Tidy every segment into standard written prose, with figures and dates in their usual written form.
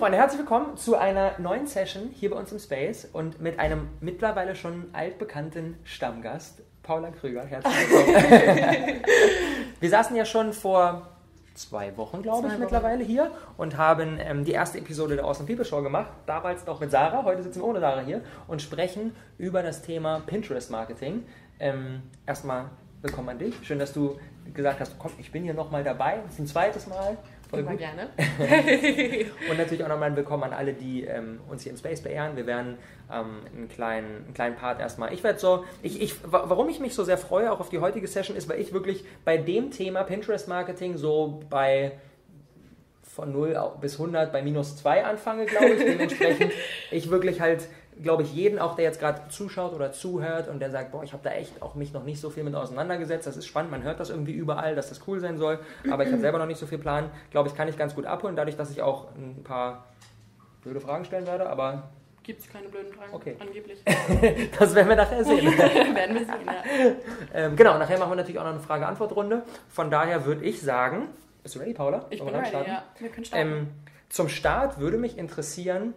Freunde, herzlich willkommen zu einer neuen Session hier bei uns im Space und mit einem mittlerweile schon altbekannten Stammgast, Paula Krüger. Herzlich willkommen. Wir saßen ja schon vor 2 Wochen, glaube ich, mittlerweile hier und haben die erste Episode der Awesome People Show gemacht. Damals noch mit Sarah, heute sitzen wir ohne Sarah hier und sprechen über das Thema Pinterest Marketing. Erstmal willkommen an dich. Schön, dass du gesagt hast, komm, ich bin hier nochmal dabei. Das ist ein zweites Mal. Voll immer gut. Gerne. Und natürlich auch nochmal ein Willkommen an alle, die uns hier im Space beehren. Wir werden einen kleinen Part erstmal. Warum ich mich so sehr freue, auch auf die heutige Session, ist, weil ich wirklich bei dem Thema Pinterest Marketing so von 0 bis 100 bei -2 anfange, glaube ich. Dementsprechend ich wirklich halt, glaube ich, jeden auch, der jetzt gerade zuschaut oder zuhört und der sagt, boah, ich habe da echt auch mich noch nicht so viel mit auseinandergesetzt, das ist spannend, man hört das irgendwie überall, dass das cool sein soll, aber ich habe selber noch nicht so viel Plan, glaube ich, kann ich ganz gut abholen, dadurch, dass ich auch ein paar blöde Fragen stellen werde, aber... Gibt es keine blöden Fragen, okay. Angeblich. Das werden wir nachher sehen. Werden wir sehen, ja. Genau, nachher machen wir natürlich auch noch eine Frage-Antwort-Runde, von daher würde ich sagen, bist du ready, Paula? Ich bin ready, ja, wir können starten. Zum Start würde mich interessieren,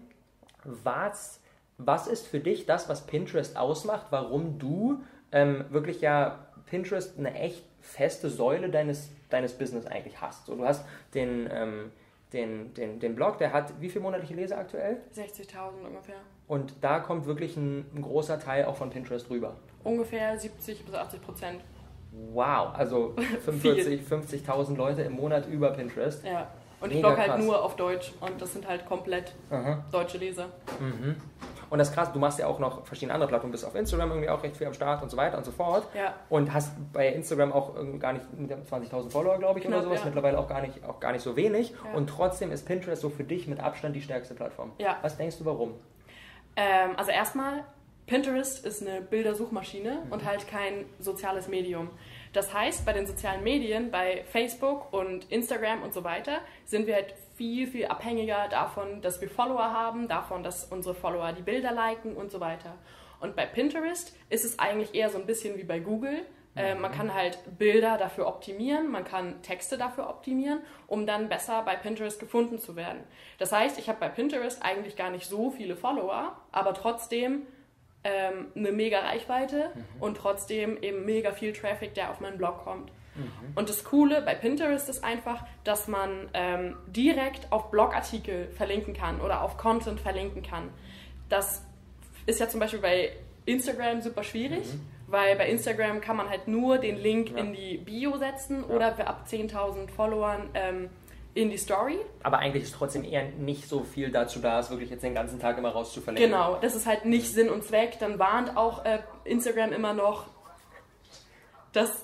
was ist für dich das, was Pinterest ausmacht, warum du wirklich ja Pinterest eine echt feste Säule deines Business eigentlich hast? So, du hast den Blog, der hat wie viele monatliche Leser aktuell? 60.000 ungefähr. Und da kommt wirklich ein großer Teil auch von Pinterest rüber? Ungefähr 70% bis 80%. Wow, also 50.000 Leute im Monat über Pinterest. Ja. Und ich Mega blogge halt krass. nur auf Deutsch und das sind halt komplett deutsche Leser. Mhm. Und das ist krass, du machst ja auch noch verschiedene andere Plattformen, bist auf Instagram irgendwie auch recht viel am Start und so weiter und so fort. Ja. Und hast bei Instagram auch gar nicht 20.000 Follower, glaube ich, Knapp, oder sowas, ja. Mittlerweile auch gar nicht so wenig. Ja. Und trotzdem ist Pinterest so für dich mit Abstand die stärkste Plattform. Ja. Was denkst du, warum? Also erstmal, Pinterest ist eine Bildersuchmaschine und halt kein soziales Medium. Das heißt, bei den sozialen Medien, bei Facebook und Instagram und so weiter, sind wir halt viel, viel abhängiger davon, dass wir Follower haben, davon, dass unsere Follower die Bilder liken und so weiter. Und bei Pinterest ist es eigentlich eher so ein bisschen wie bei Google. Man kann halt Bilder dafür optimieren, man kann Texte dafür optimieren, um dann besser bei Pinterest gefunden zu werden. Das heißt, ich habe bei Pinterest eigentlich gar nicht so viele Follower, aber trotzdem eine mega Reichweite und trotzdem eben mega viel Traffic, der auf meinen Blog kommt. Und das Coole bei Pinterest ist einfach, dass man direkt auf Blogartikel verlinken kann oder auf Content verlinken kann. Das ist ja zum Beispiel bei Instagram super schwierig, weil bei Instagram kann man halt nur den Link in die Bio setzen oder ab 10.000 Followern in die Story. Aber eigentlich ist trotzdem eher nicht so viel dazu da, es wirklich jetzt den ganzen Tag immer rauszuverlinken. Genau, das ist halt nicht Sinn und Zweck. Dann warnt auch Instagram immer noch, dass...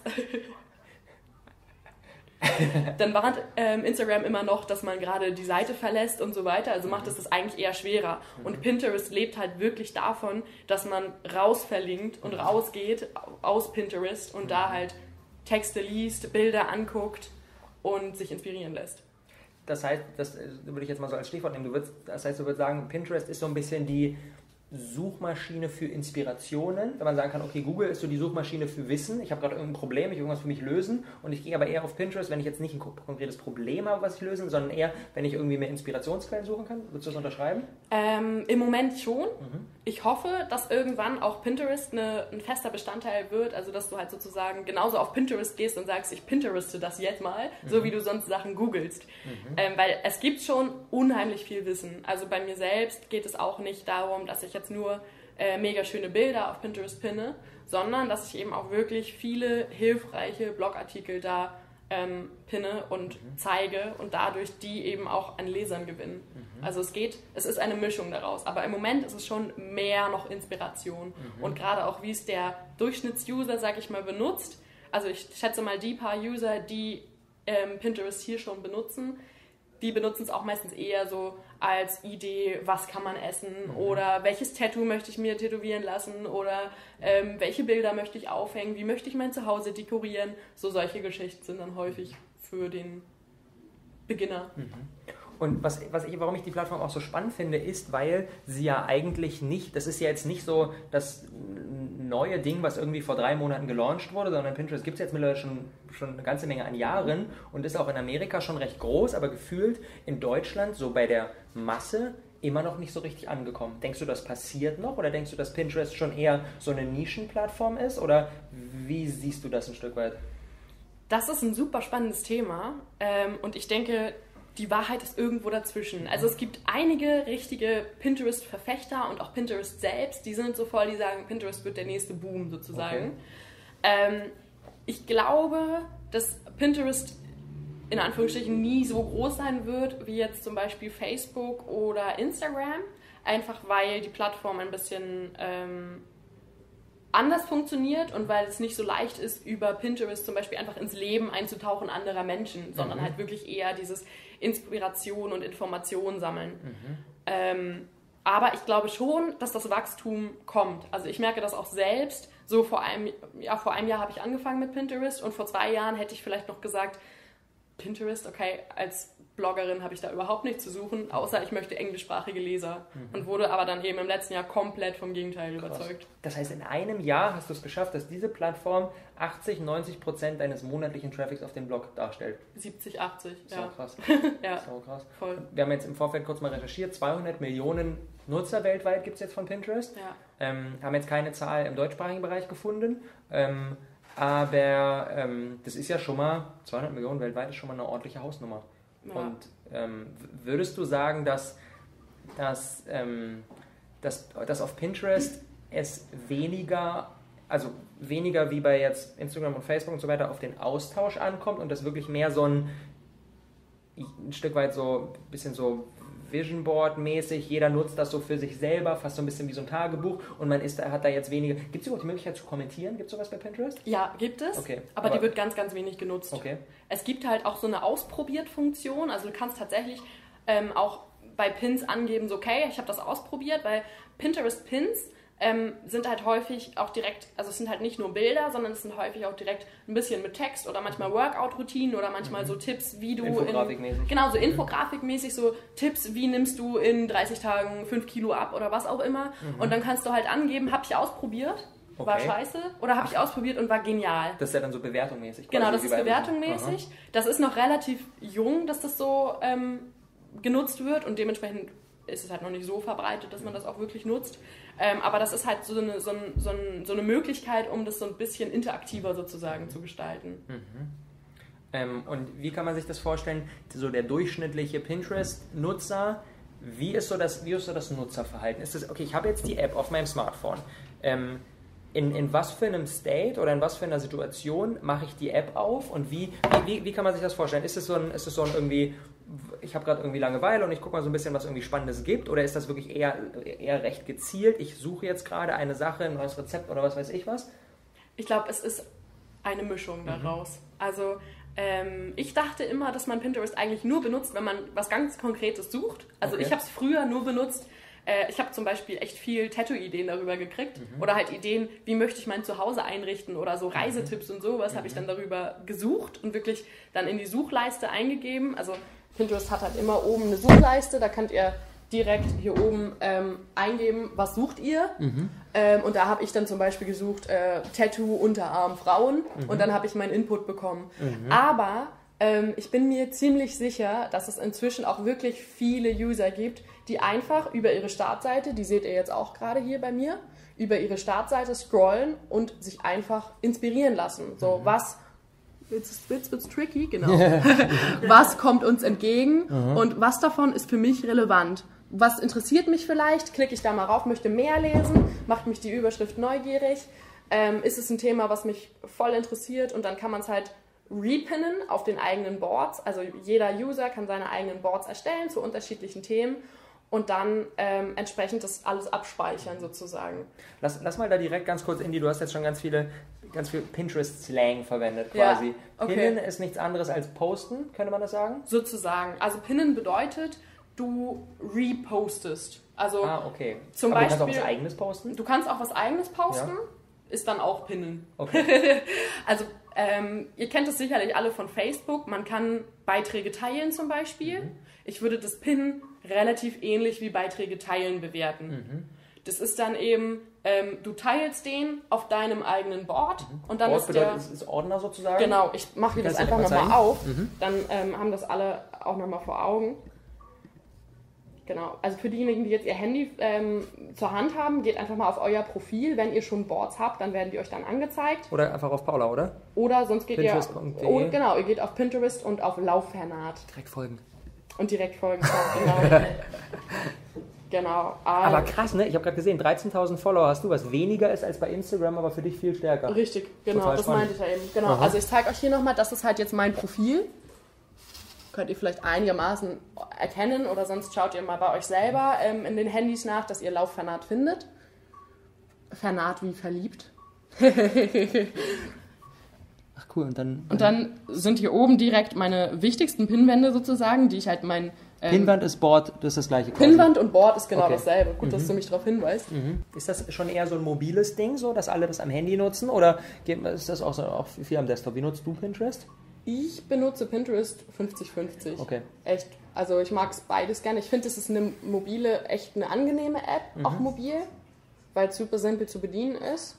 dass man gerade die Seite verlässt und so weiter. Also macht es das eigentlich eher schwerer. Und Pinterest lebt halt wirklich davon, dass man rausverlinkt und rausgeht aus Pinterest und da halt Texte liest, Bilder anguckt und sich inspirieren lässt. Das heißt, das würde ich jetzt mal so als Stichwort nehmen, du würdest sagen, Pinterest ist so ein bisschen die Suchmaschine für Inspirationen, wenn man sagen kann, okay, Google ist so die Suchmaschine für Wissen, ich habe gerade irgendein Problem, ich will irgendwas für mich lösen und ich gehe aber eher auf Pinterest, wenn ich jetzt nicht ein konkretes Problem habe, was ich lösen, sondern eher, wenn ich irgendwie mehr Inspirationsquellen suchen kann. Würdest du das unterschreiben? Im Moment schon. Ich hoffe, dass irgendwann auch Pinterest ein fester Bestandteil wird, also dass du halt sozusagen genauso auf Pinterest gehst und sagst, ich Pintereste das jetzt mal, so wie du sonst Sachen googelst. Weil es gibt schon unheimlich viel Wissen. Also bei mir selbst geht es auch nicht darum, dass ich jetzt nur mega schöne Bilder auf Pinterest pinne, sondern dass ich eben auch wirklich viele hilfreiche Blogartikel da pinne und zeige und dadurch die eben auch an Lesern gewinnen. Also es ist eine Mischung daraus, aber im Moment ist es schon mehr noch Inspiration und gerade auch wie es der Durchschnittsuser, sag ich mal, benutzt. Also ich schätze mal, die paar User, die Pinterest hier schon benutzen, die benutzen es auch meistens eher so als Idee, was kann man essen oder welches Tattoo möchte ich mir tätowieren lassen oder welche Bilder möchte ich aufhängen, wie möchte ich mein Zuhause dekorieren. So solche Geschichten sind dann häufig für den Beginner. Und warum ich die Plattform auch so spannend finde, ist, weil sie ja eigentlich nicht, das ist ja jetzt nicht so das neue Ding, was irgendwie vor 3 Monaten gelauncht wurde, sondern Pinterest gibt es jetzt mittlerweile schon eine ganze Menge an Jahren und ist auch in Amerika schon recht groß, aber gefühlt in Deutschland, so bei der Masse immer noch nicht so richtig angekommen. Denkst du, das passiert noch oder denkst du, dass Pinterest schon eher so eine Nischenplattform ist oder wie siehst du das ein Stück weit? Das ist ein super spannendes Thema und ich denke, die Wahrheit ist irgendwo dazwischen. Also es gibt einige richtige Pinterest-Verfechter und auch Pinterest selbst, die sind so voll, die sagen, Pinterest wird der nächste Boom sozusagen. Okay. Ich glaube, dass Pinterest in Anführungsstrichen nie so groß sein wird wie jetzt zum Beispiel Facebook oder Instagram, einfach weil die Plattform ein bisschen anders funktioniert und weil es nicht so leicht ist, über Pinterest zum Beispiel einfach ins Leben einzutauchen anderer Menschen, sondern halt wirklich eher dieses Inspiration und Information sammeln. Aber ich glaube schon, dass das Wachstum kommt. Also ich merke das auch selbst. So vor einem Jahr habe ich angefangen mit Pinterest und vor 2 Jahren hätte ich vielleicht noch gesagt, Pinterest, okay, als Bloggerin habe ich da überhaupt nichts zu suchen, außer ich möchte englischsprachige Leser. Und wurde aber dann eben im letzten Jahr komplett vom Gegenteil überzeugt. Das heißt, in einem Jahr hast du es geschafft, dass diese Plattform 80-90% deines monatlichen Traffics auf dem Blog darstellt. 70, 80, ja. So krass. Ja, so krass. Voll. Wir haben jetzt im Vorfeld kurz mal recherchiert, 200 Millionen Nutzer weltweit gibt es jetzt von Pinterest. Ja. Haben jetzt keine Zahl im deutschsprachigen Bereich gefunden. Aber das ist ja schon mal, 200 Millionen weltweit ist schon mal eine ordentliche Hausnummer. Ja. Und würdest du sagen, dass auf Pinterest es weniger wie bei jetzt Instagram und Facebook und so weiter auf den Austausch ankommt und das wirklich mehr so ein Stück weit so ein bisschen so Vision Board mäßig, jeder nutzt das so für sich selber, fast so ein bisschen wie so ein Tagebuch und hat da jetzt weniger. Gibt es überhaupt die Möglichkeit zu kommentieren? Gibt es sowas bei Pinterest? Ja, gibt es, okay. aber die wird ganz, ganz wenig genutzt. Okay. Es gibt halt auch so eine Ausprobiert-Funktion, also du kannst tatsächlich auch bei Pins angeben, so okay, ich habe das ausprobiert, weil Pinterest Pins sind halt häufig auch direkt, also es sind halt nicht nur Bilder, sondern es sind häufig auch direkt ein bisschen mit Text oder manchmal Workout-Routinen oder manchmal so Tipps, wie du Infografikmäßig. Genau, so Infografikmäßig, so Tipps, wie nimmst du in 30 Tagen 5 Kilo ab oder was auch immer. Und dann kannst du halt angeben, habe ich ausprobiert, war scheiße, oder habe ich ausprobiert und war genial. Das ist ja dann so bewertungmäßig. Genau, das ist bewertungmäßig. Das ist noch relativ jung, dass das so genutzt wird und dementsprechend ist es halt noch nicht so verbreitet, dass man das auch wirklich nutzt. Aber das ist halt so eine Möglichkeit, um das so ein bisschen interaktiver sozusagen zu gestalten. Und wie kann man sich das vorstellen? So der durchschnittliche Pinterest-Nutzer, wie ist so das Nutzerverhalten? Ist das, okay, ich habe jetzt die App auf meinem Smartphone. In was für einem State oder in was für einer Situation mache ich die App auf und wie kann man sich das vorstellen? Ist es so ein irgendwie, ich habe gerade irgendwie Langeweile und ich gucke mal so ein bisschen, was irgendwie Spannendes gibt, oder ist das wirklich eher recht gezielt? Ich suche jetzt gerade eine Sache, ein neues Rezept oder was weiß ich was? Ich glaube, es ist eine Mischung daraus. Also ich dachte immer, dass man Pinterest eigentlich nur benutzt, wenn man was ganz Konkretes sucht. Also ich habe es früher nur benutzt. Ich habe zum Beispiel echt viel Tattoo-Ideen darüber gekriegt oder halt Ideen, wie möchte ich mein Zuhause einrichten oder so Reisetipps und sowas habe ich dann darüber gesucht und wirklich dann in die Suchleiste eingegeben. Also Pinterest hat halt immer oben eine Suchleiste, da könnt ihr direkt hier oben eingeben, was sucht ihr? Und da habe ich dann zum Beispiel gesucht Tattoo, Unterarm, Frauen und dann habe ich meinen Input bekommen. Aber ich bin mir ziemlich sicher, dass es inzwischen auch wirklich viele User gibt, die einfach über ihre Startseite, die seht ihr jetzt auch gerade hier bei mir, über ihre Startseite scrollen und sich einfach inspirieren lassen. So, jetzt wird's tricky, genau. Was kommt uns entgegen und was davon ist für mich relevant? Was interessiert mich vielleicht? Klicke ich da mal rauf, möchte mehr lesen, macht mich die Überschrift neugierig? Ist es ein Thema, was mich voll interessiert und dann kann man es halt repinnen auf den eigenen Boards. Also jeder User kann seine eigenen Boards erstellen zu unterschiedlichen Themen und dann entsprechend das alles abspeichern sozusagen. Lass mal da direkt ganz kurz, Indy, du hast jetzt schon ganz viel Pinterest-Slang verwendet quasi. Ja, okay. Pinnen ist nichts anderes als posten, könnte man das sagen? Sozusagen. Also pinnen bedeutet, du repostest. Also okay. Zum Aber Beispiel, du kannst auch was Eigenes posten? Du kannst auch was Eigenes posten, ist dann auch pinnen. Okay. Also ihr kennt es sicherlich alle von Facebook. Man kann Beiträge teilen zum Beispiel. Ich würde das Pinnen relativ ähnlich wie Beiträge teilen bewerten. Das ist dann eben, du teilst den auf deinem eigenen Board und dann Board bedeutet, ist Ordner sozusagen? Genau, ich mache mir das einfach nochmal auf. Dann haben das alle auch nochmal vor Augen. Genau, also für diejenigen, die jetzt ihr Handy zur Hand haben, geht einfach mal auf euer Profil. Wenn ihr schon Boards habt, dann werden die euch dann angezeigt. Oder einfach auf Paula, oder? Oder sonst geht ihr... Pinterest.de. Genau, ihr geht auf Pinterest und auf Lauffanat. Direkt folgen. Und direkt folgen, genau. Genau. Aber krass, ne? Ich habe gerade gesehen, 13.000 Follower hast du, was weniger ist als bei Instagram, aber für dich viel stärker. Richtig, genau, Total das spannend. meinte ich ja eben. Genau, Aha. also ich zeige euch hier nochmal, das ist halt jetzt mein Profil. Könnt ihr vielleicht einigermaßen erkennen oder sonst schaut ihr mal bei euch selber in den Handys nach, dass ihr Lauffanat findet. Fanat wie verliebt. Ach cool, und dann sind hier oben direkt meine wichtigsten Pinwände sozusagen, die ich halt mein... Pinnwand ist Board, das ist das gleiche. Quasi. Pinnwand und Board ist genau Okay. dasselbe. Gut, dass du mich darauf hinweist. Ist das schon eher so ein mobiles Ding, so, dass alle das am Handy nutzen? Oder ist das auch viel am Desktop? Wie nutzt du Pinterest? Ich benutze Pinterest 50-50. Okay. Echt. Also ich mag es beides gerne. Ich finde, es ist eine mobile, echt eine angenehme App, auch mobil, weil es super simpel zu bedienen ist.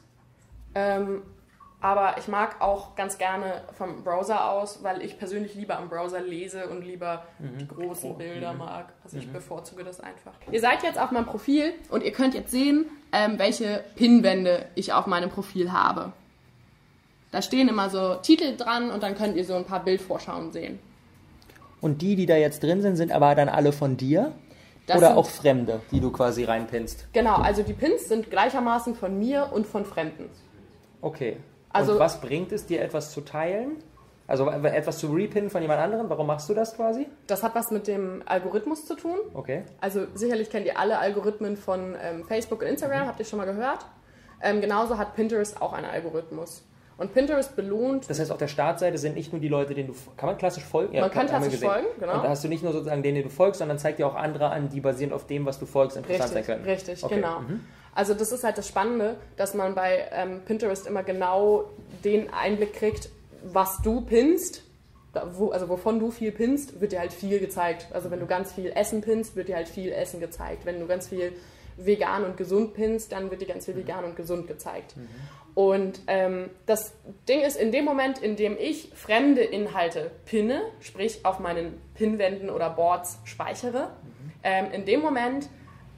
Aber ich mag auch ganz gerne vom Browser aus, weil ich persönlich lieber am Browser lese und lieber die großen Bilder mag. Also ich bevorzuge das einfach. Ihr seid jetzt auf meinem Profil und ihr könnt jetzt sehen, welche Pinwände ich auf meinem Profil habe. Da stehen immer so Titel dran und dann könnt ihr so ein paar Bildvorschauen sehen. Und die da jetzt drin sind aber dann alle von dir? Das Oder sind- auch Fremde, die du quasi reinpinnst? Genau, also die Pins sind gleichermaßen von mir und von Fremden. Okay. Also- und was bringt es dir, etwas zu teilen? Also etwas zu repinnen von jemand anderem? Warum machst du das quasi? Das hat was mit dem Algorithmus zu tun. Okay. Also sicherlich kennt ihr alle Algorithmen von Facebook und Instagram, habt ihr schon mal gehört. Genauso hat Pinterest auch einen Algorithmus. Und Pinterest belohnt... Das heißt, auf der Startseite sind nicht nur die Leute, denen du... Kann man klassisch folgen? Ja, Man kann haben wir klassisch gesehen. folgen, genau. Und da hast du nicht nur sozusagen denen, denen du folgst, sondern zeigt dir auch andere an, die basierend auf dem, was du folgst, interessant sein können. Richtig, Okay. genau. Also das ist halt das Spannende, dass man bei Pinterest immer genau den Einblick kriegt, was du pinnst. Also wovon du viel pinnst, wird dir halt viel gezeigt. Also wenn du ganz viel Essen pinnst, wird dir halt viel Essen gezeigt. Wenn du ganz viel vegan und gesund pinnst, dann wird dir ganz viel vegan und gesund gezeigt. Und das Ding ist, in dem Moment, in dem ich fremde Inhalte pinne, sprich auf meinen Pinwänden oder Boards speichere, in dem Moment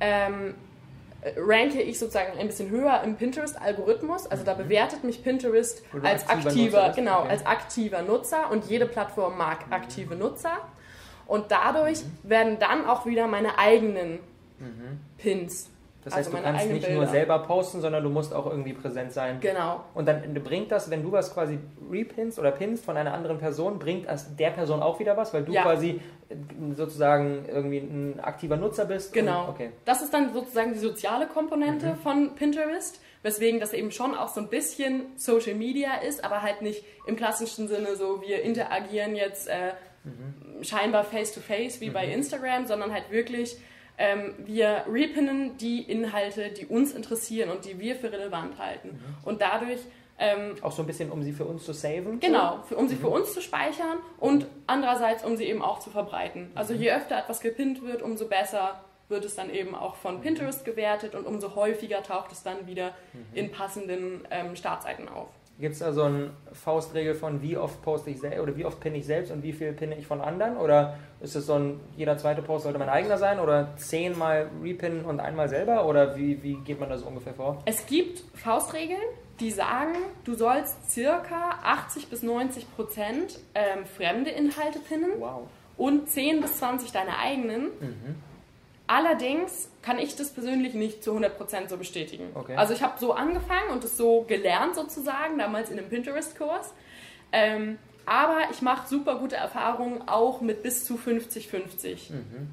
ranke ich sozusagen ein bisschen höher im Pinterest-Algorithmus. Also da bewertet mich Pinterest Weil du als aktiver aktiver, Nutzer bist. genau, Okay. als aktiver Nutzer und jede Plattform mag aktive Nutzer. Und dadurch werden dann auch wieder meine eigenen Pins. Das heißt, also du meine kannst eigenen nicht nur Bilder. selber posten, sondern du musst auch irgendwie präsent sein. Genau. Und dann bringt das, wenn du was quasi repinnst oder pinnst von einer anderen Person, bringt das der Person auch wieder was, weil du Ja. quasi sozusagen irgendwie ein aktiver Nutzer bist? Genau. Und, okay. Das ist dann sozusagen die soziale Komponente von Pinterest, weswegen das eben schon auch so ein bisschen Social Media ist, aber halt nicht im klassischen Sinne so, wir interagieren jetzt scheinbar face-to-face wie bei Instagram, sondern halt wirklich, wir repinnen die Inhalte, die uns interessieren und die wir für relevant halten. Und dadurch Auch so ein bisschen, um sie für uns zu saven? genau, um sie für uns zu speichern und andererseits, um sie eben auch zu verbreiten. Also je öfter etwas gepinnt wird, umso besser wird es dann eben auch von Pinterest gewertet und umso häufiger taucht es dann wieder in passenden Startseiten auf. Gibt es da so eine Faustregel von wie oft poste ich selbst oder wie oft pinne ich selbst und wie viel pinne ich von anderen? Oder ist es so ein, jeder zweite Post sollte mein eigener sein oder 10-mal repinnen und einmal selber? Oder wie geht man da so ungefähr vor? Es gibt Faustregeln, die sagen, du sollst circa 80-90% fremde Inhalte pinnen Wow. und 10-20 deine eigenen. Allerdings kann ich das persönlich nicht zu 100% so bestätigen. Okay. Also ich habe so angefangen und es so gelernt sozusagen, damals in einem Pinterest-Kurs. Aber ich mache super gute Erfahrungen auch mit bis zu 50-50.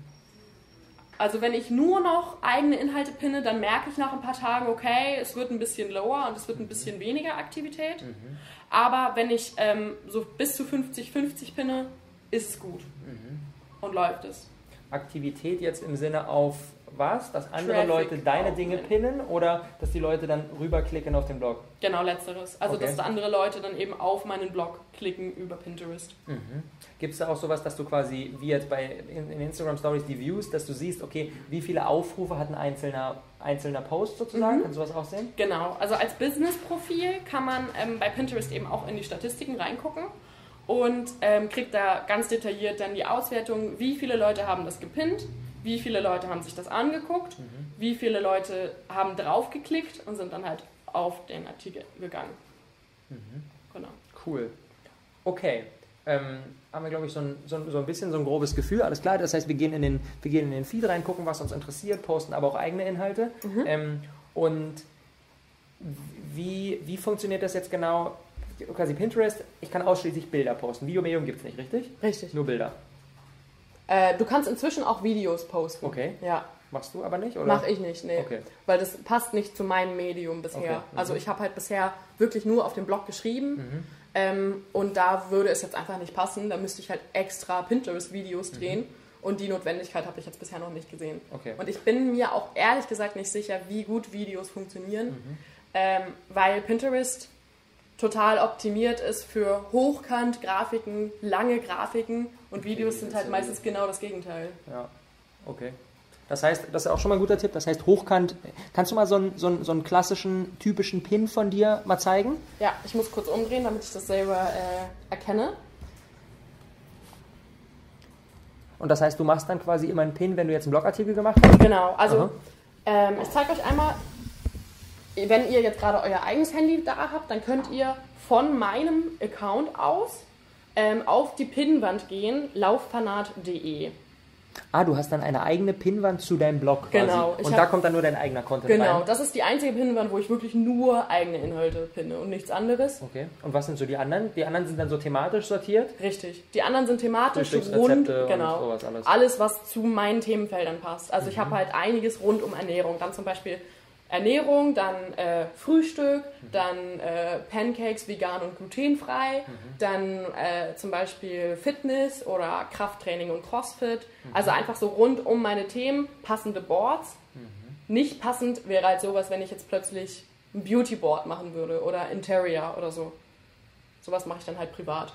Also wenn ich nur noch eigene Inhalte pinne, dann merke ich nach ein paar Tagen, okay, es wird ein bisschen lower und es wird ein bisschen weniger Aktivität. Aber wenn ich so bis zu 50-50 pinne, ist es gut und läuft es. Aktivität jetzt im Sinne auf was? Dass andere Traffic Leute deine Dinge aufnehmen. pinnen oder dass die Leute dann rüberklicken auf den Blog? Genau, letzteres. Also Okay. dass andere Leute dann eben auf meinen Blog klicken über Pinterest. Gibt es da auch sowas, dass du quasi, wie jetzt in Instagram Stories, die Views, dass du siehst, okay, wie viele Aufrufe hat ein einzelner Post sozusagen? Kannst du sowas auch sehen? Genau, also als Business-Profil kann man bei Pinterest eben auch in die Statistiken reingucken und kriegt da ganz detailliert dann die Auswertung, wie viele Leute haben das gepinnt, wie viele Leute haben sich das angeguckt, wie viele Leute haben draufgeklickt und sind dann halt auf den Artikel gegangen. Genau. Cool. Okay. Haben wir, glaube ich, so ein bisschen so ein grobes Gefühl. Alles klar, das heißt, wir gehen in den Feed rein, gucken, was uns interessiert, posten aber auch eigene Inhalte. Und wie funktioniert das jetzt genau? Quasi Pinterest, ich kann ausschließlich Bilder posten. Videomedium gibt es nicht, richtig? Richtig. Nur Bilder. Du kannst inzwischen auch Videos posten. Okay. Ja. Machst du aber nicht, oder? Mach ich nicht, nee. Okay. Weil das passt nicht zu meinem Medium bisher. Okay. Also ich habe halt bisher wirklich nur auf dem Blog geschrieben. Und da würde es jetzt einfach nicht passen. Da müsste ich halt extra Pinterest-Videos drehen. Und die Notwendigkeit habe ich jetzt bisher noch nicht gesehen. Okay. Und ich bin mir auch ehrlich gesagt nicht sicher, wie gut Videos funktionieren. Weil Pinterest total optimiert ist für Hochkant-Grafiken, lange Grafiken. Und Videos sind halt meistens genau das Gegenteil. Ja, okay. Das heißt, das ist auch schon mal ein guter Tipp, das heißt hochkant. Kannst du mal so einen klassischen, typischen Pin von dir mal zeigen? Ja, ich muss kurz umdrehen, damit ich das selber erkenne. Und das heißt, du machst dann quasi immer einen Pin, wenn du jetzt einen Blogartikel gemacht hast? Genau, also ich zeige euch einmal, wenn ihr jetzt gerade euer eigenes Handy da habt, dann könnt ihr von meinem Account aus auf die Pinnwand gehen, lauffanat.de. Ah, du hast dann eine eigene Pinnwand zu deinem Blog quasi. Genau. Und da kommt dann nur dein eigener Content rein? Genau, das ist die einzige Pinnwand, wo ich wirklich nur eigene Inhalte pinne und nichts anderes. Okay. Und was sind so die anderen? Die anderen sind dann so thematisch sortiert? Richtig. Die anderen sind thematisch, rund, genau. Und sowas alles, was zu meinen Themenfeldern passt. Also ich habe halt einiges rund um Ernährung. Dann zum Beispiel Ernährung, dann Frühstück, dann Pancakes vegan und glutenfrei, dann zum Beispiel Fitness oder Krafttraining und Crossfit. Also einfach so rund um meine Themen passende Boards. Nicht passend wäre halt sowas, wenn ich jetzt plötzlich ein Beauty-Board machen würde oder Interior oder so. Sowas mache ich dann halt privat.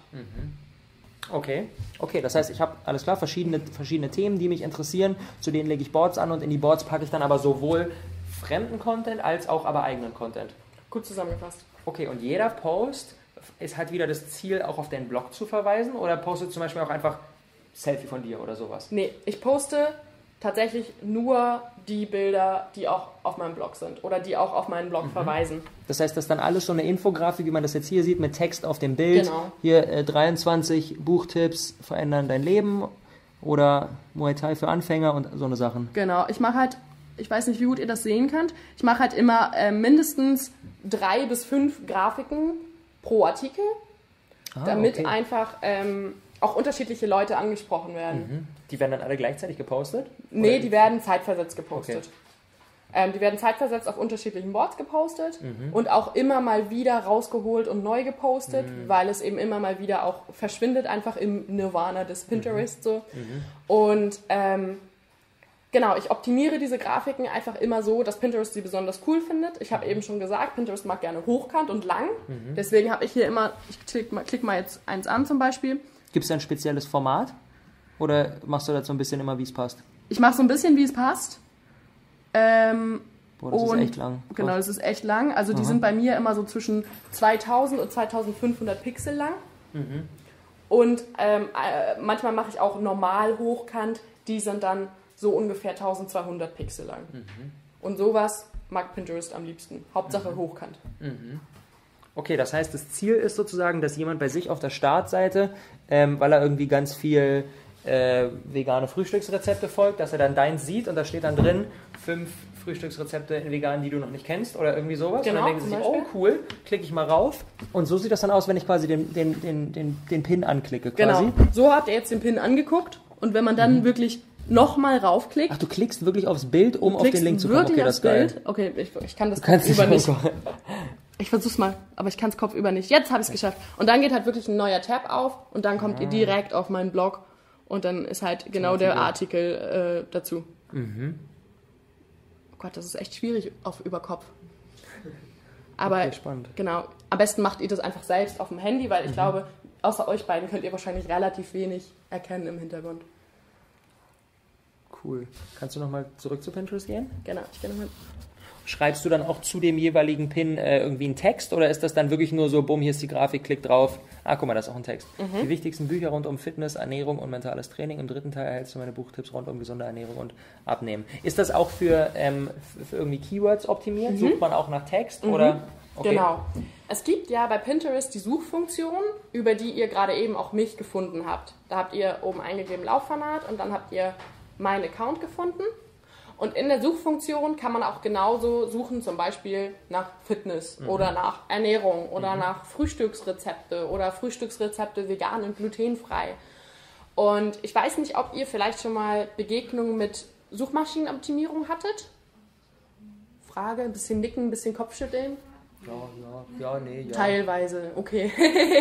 Okay, das heißt, ich habe, alles klar, verschiedene Themen, die mich interessieren, zu denen lege ich Boards an und in die Boards packe ich dann aber sowohl fremden Content als auch aber eigenen Content. Gut zusammengefasst. Okay, und jeder Post hat wieder das Ziel, auch auf deinen Blog zu verweisen, oder postet zum Beispiel auch einfach Selfie von dir oder sowas? Nee, ich poste tatsächlich nur die Bilder, die auch auf meinem Blog sind oder die auch auf meinen Blog verweisen. Das heißt, das ist dann alles so eine Infografik, wie man das jetzt hier sieht, mit Text auf dem Bild. Genau. Hier 23 Buchtipps verändern dein Leben oder Muay Thai für Anfänger und so eine Sachen. Genau, ich mache halt, ich weiß nicht, wie gut ihr das sehen könnt, ich mache halt immer mindestens 3 bis 5 Grafiken pro Artikel, damit einfach auch unterschiedliche Leute angesprochen werden. Die werden dann alle gleichzeitig gepostet? Nee, oder? Die werden zeitversetzt gepostet. Okay. Die werden zeitversetzt auf unterschiedlichen Boards gepostet und auch immer mal wieder rausgeholt und neu gepostet, weil es eben immer mal wieder auch verschwindet, einfach im Nirvana des Pinterest so. Und genau, ich optimiere diese Grafiken einfach immer so, dass Pinterest sie besonders cool findet. Ich habe eben schon gesagt, Pinterest mag gerne hochkant und lang. Deswegen habe ich hier immer, ich klick mal jetzt eins an zum Beispiel. Gibt es da ein spezielles Format? Oder machst du das so ein bisschen immer, wie es passt? Ich mache so ein bisschen, wie es passt. Boah, das ist echt lang. Genau, das ist echt lang. Also die sind bei mir immer so zwischen 2000 und 2500 Pixel lang. Und manchmal mache ich auch normal hochkant. Die sind dann so ungefähr 1200 Pixel lang. Und sowas mag Pinterest am liebsten. Hauptsache hochkant. Okay, das heißt, das Ziel ist sozusagen, dass jemand bei sich auf der Startseite, weil er irgendwie ganz viel vegane Frühstücksrezepte folgt, dass er dann deins sieht und da steht dann drin 5 Frühstücksrezepte in vegan, die du noch nicht kennst oder irgendwie sowas. Genau, und dann denken sie sich, oh cool, klicke ich mal rauf. Und so sieht das dann aus, wenn ich quasi den Pin anklicke quasi. Genau, so habt ihr jetzt den Pin angeguckt und wenn man dann wirklich nochmal raufklickt. Ach, du klickst wirklich aufs Bild, um auf den Link zu kommen. Okay, das ist geil. Bild. Okay, ich kann das kopfüber nicht. Ich versuch's mal, aber ich kann es kopfüber nicht. Jetzt habe ich es geschafft. Und dann geht halt wirklich ein neuer Tab auf und dann kommt ihr direkt auf meinen Blog und dann ist halt genau der Artikel dazu. Oh Gott, das ist echt schwierig über Kopf. Aber okay, spannend. Genau, am besten macht ihr das einfach selbst auf dem Handy, weil ich glaube, außer euch beiden könnt ihr wahrscheinlich relativ wenig erkennen im Hintergrund. Cool. Kannst du nochmal zurück zu Pinterest gehen? Genau, ich gehe nochmal. schreibst du dann auch zu dem jeweiligen Pin irgendwie einen Text oder ist das dann wirklich nur so, bumm, hier ist die Grafik, klick drauf. Guck mal, das ist auch ein Text. Die wichtigsten Bücher rund um Fitness, Ernährung und mentales Training. Im 3. Teil erhältst du meine Buchtipps rund um gesunde Ernährung und Abnehmen. Ist das auch für irgendwie Keywords optimiert? Sucht man auch nach Text oder? Okay. Genau. Es gibt ja bei Pinterest die Suchfunktion, über die ihr gerade eben auch mich gefunden habt. Da habt ihr oben eingegeben Lauffanat und dann habt ihr meinen Account gefunden. Und in der Suchfunktion kann man auch genauso suchen, zum Beispiel nach Fitness oder nach Ernährung oder nach Frühstücksrezepte oder Frühstücksrezepte vegan und glutenfrei. Und ich weiß nicht, ob ihr vielleicht schon mal Begegnungen mit Suchmaschinenoptimierung hattet. Frage, ein bisschen nicken, ein bisschen Kopfschütteln. Ja, nee, ja. Teilweise, okay.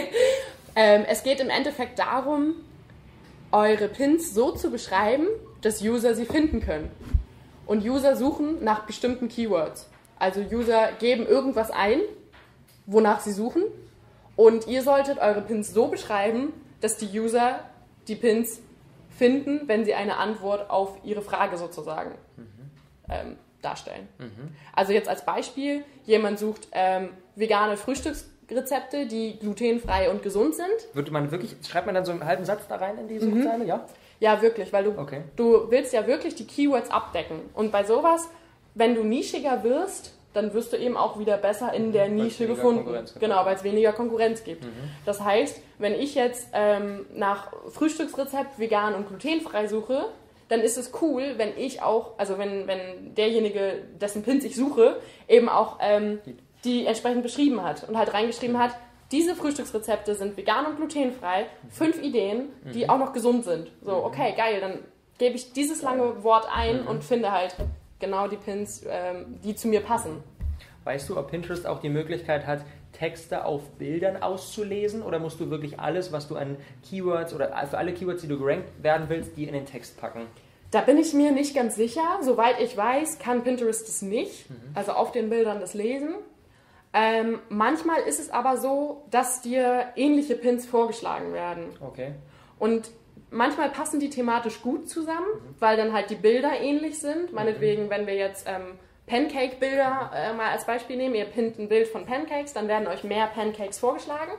Es geht im Endeffekt darum, eure Pins so zu beschreiben, dass User sie finden können. Und User suchen nach bestimmten Keywords. Also User geben irgendwas ein, wonach sie suchen. Und ihr solltet eure Pins so beschreiben, dass die User die Pins finden, wenn sie eine Antwort auf ihre Frage sozusagen darstellen. Also jetzt als Beispiel, jemand sucht vegane Frühstücksrezepte, die glutenfrei und gesund sind. Schreibt man dann so einen halben Satz da rein in die Suchzeile, ja? Ja, wirklich, weil du willst ja wirklich die Keywords abdecken. Und bei sowas, wenn du nischiger wirst, dann wirst du eben auch wieder besser in der Nische gefunden. Genau, weil es weniger Konkurrenz gibt. Das heißt, wenn ich jetzt nach Frühstücksrezept vegan und glutenfrei suche, dann ist es cool, wenn ich auch, also wenn derjenige, dessen Pins ich suche, eben auch die entsprechend beschrieben hat und halt reingeschrieben hat, diese Frühstücksrezepte sind vegan und glutenfrei, 5 Ideen, die auch noch gesund sind. So, okay, geil, dann gebe ich dieses lange Wort ein und finde halt genau die Pins, die zu mir passen. Weißt du, ob Pinterest auch die Möglichkeit hat, Texte auf Bildern auszulesen oder musst du wirklich alles, was du an Keywords oder für alle Keywords, die du gerankt werden willst, die in den Text packen? Da bin ich mir nicht ganz sicher. Soweit ich weiß, kann Pinterest das nicht, also auf den Bildern das lesen. Manchmal ist es aber so, dass dir ähnliche Pins vorgeschlagen werden. Okay. Und manchmal passen die thematisch gut zusammen, weil dann halt die Bilder ähnlich sind. Meinetwegen, wenn wir jetzt Pancake-Bilder mal als Beispiel nehmen, ihr pinnt ein Bild von Pancakes, dann werden euch mehr Pancakes vorgeschlagen.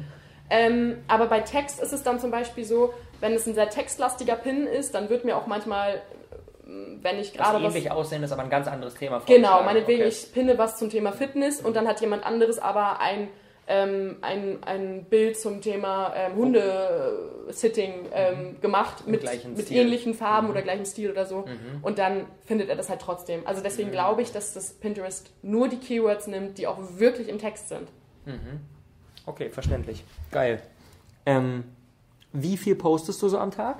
Aber bei Text ist es dann zum Beispiel so, wenn es ein sehr textlastiger Pin ist, dann wird mir auch manchmal, wenn ich gerade was... ähnlich aussehen, ist aber ein ganz anderes Thema vorgeschlagen. Genau, meinetwegen, ich pinne was zum Thema Fitness und dann hat jemand anderes aber ein Bild zum Thema Hundesitting gemacht mit ähnlichen Farben oder gleichem Stil oder so. Und dann findet er das halt trotzdem. Also deswegen glaube ich, dass das Pinterest nur die Keywords nimmt, die auch wirklich im Text sind. Okay, verständlich. Geil. Wie viel postest du so am Tag?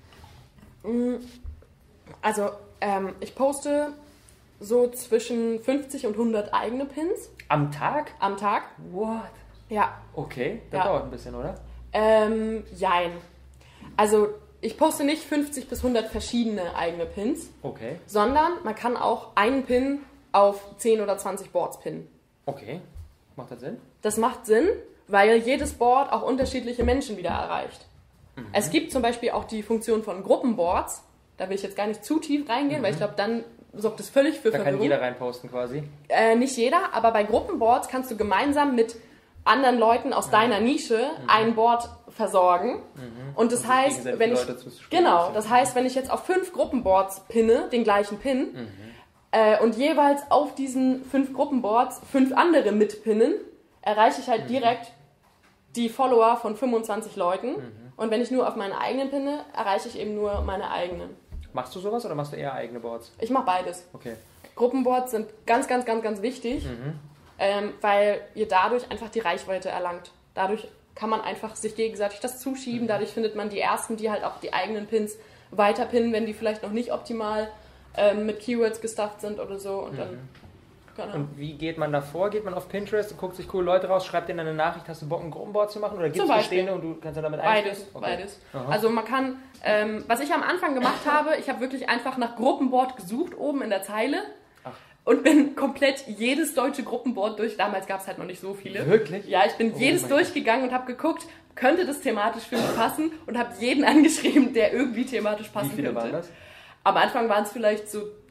Also ich poste so zwischen 50 und 100 eigene Pins. Am Tag? Am Tag. What? Ja. Okay, das dauert ein bisschen, oder? Jein. Also ich poste nicht 50 bis 100 verschiedene eigene Pins, sondern man kann auch einen Pin auf 10 oder 20 Boards pinnen. Okay. Macht das Sinn? Das macht Sinn, weil jedes Board auch unterschiedliche Menschen wieder erreicht. Es gibt zum Beispiel auch die Funktion von Gruppenboards. Da will ich jetzt gar nicht zu tief reingehen, weil ich glaube, dann sorgt es völlig für Verwirrung. Da kann jeder reinposten quasi? Nicht jeder, aber bei Gruppenboards kannst du gemeinsam mit anderen Leuten aus deiner Nische ein Board versorgen. Und das heißt, wenn ich jetzt auf 5 Gruppenboards pinne, den gleichen Pin, und jeweils auf diesen 5 Gruppenboards 5 andere mitpinnen, erreiche ich halt direkt die Follower von 25 Leuten. Und wenn ich nur auf meine eigenen pinne, erreiche ich eben nur meine eigenen. Machst du sowas oder machst du eher eigene Boards? Ich mache beides. Okay. Gruppenboards sind ganz, ganz, ganz, ganz wichtig, weil ihr dadurch einfach die Reichweite erlangt. Dadurch kann man einfach sich gegenseitig das zuschieben. Dadurch findet man die Ersten, die halt auch die eigenen Pins weiterpinnen, wenn die vielleicht noch nicht optimal mit Keywords gestufft sind oder so. Und dann, genau. Und wie geht man da vor? Geht man auf Pinterest und guckt sich coole Leute raus, schreibt denen eine Nachricht, hast du Bock, ein Gruppenboard zu machen? Oder gibt es bestehende und du kannst dann damit einstellen? Beides. Also man kann, was ich am Anfang gemacht habe, ich habe wirklich einfach nach Gruppenboard gesucht, oben in der Zeile. Und bin komplett jedes deutsche Gruppenboard durch. Damals gab es halt noch nicht so viele. Wirklich? Ja, ich bin jedes durchgegangen und habe geguckt, könnte das thematisch für mich passen und habe jeden angeschrieben, der irgendwie thematisch passen könnte. Wie viele waren das? Am Anfang waren es vielleicht so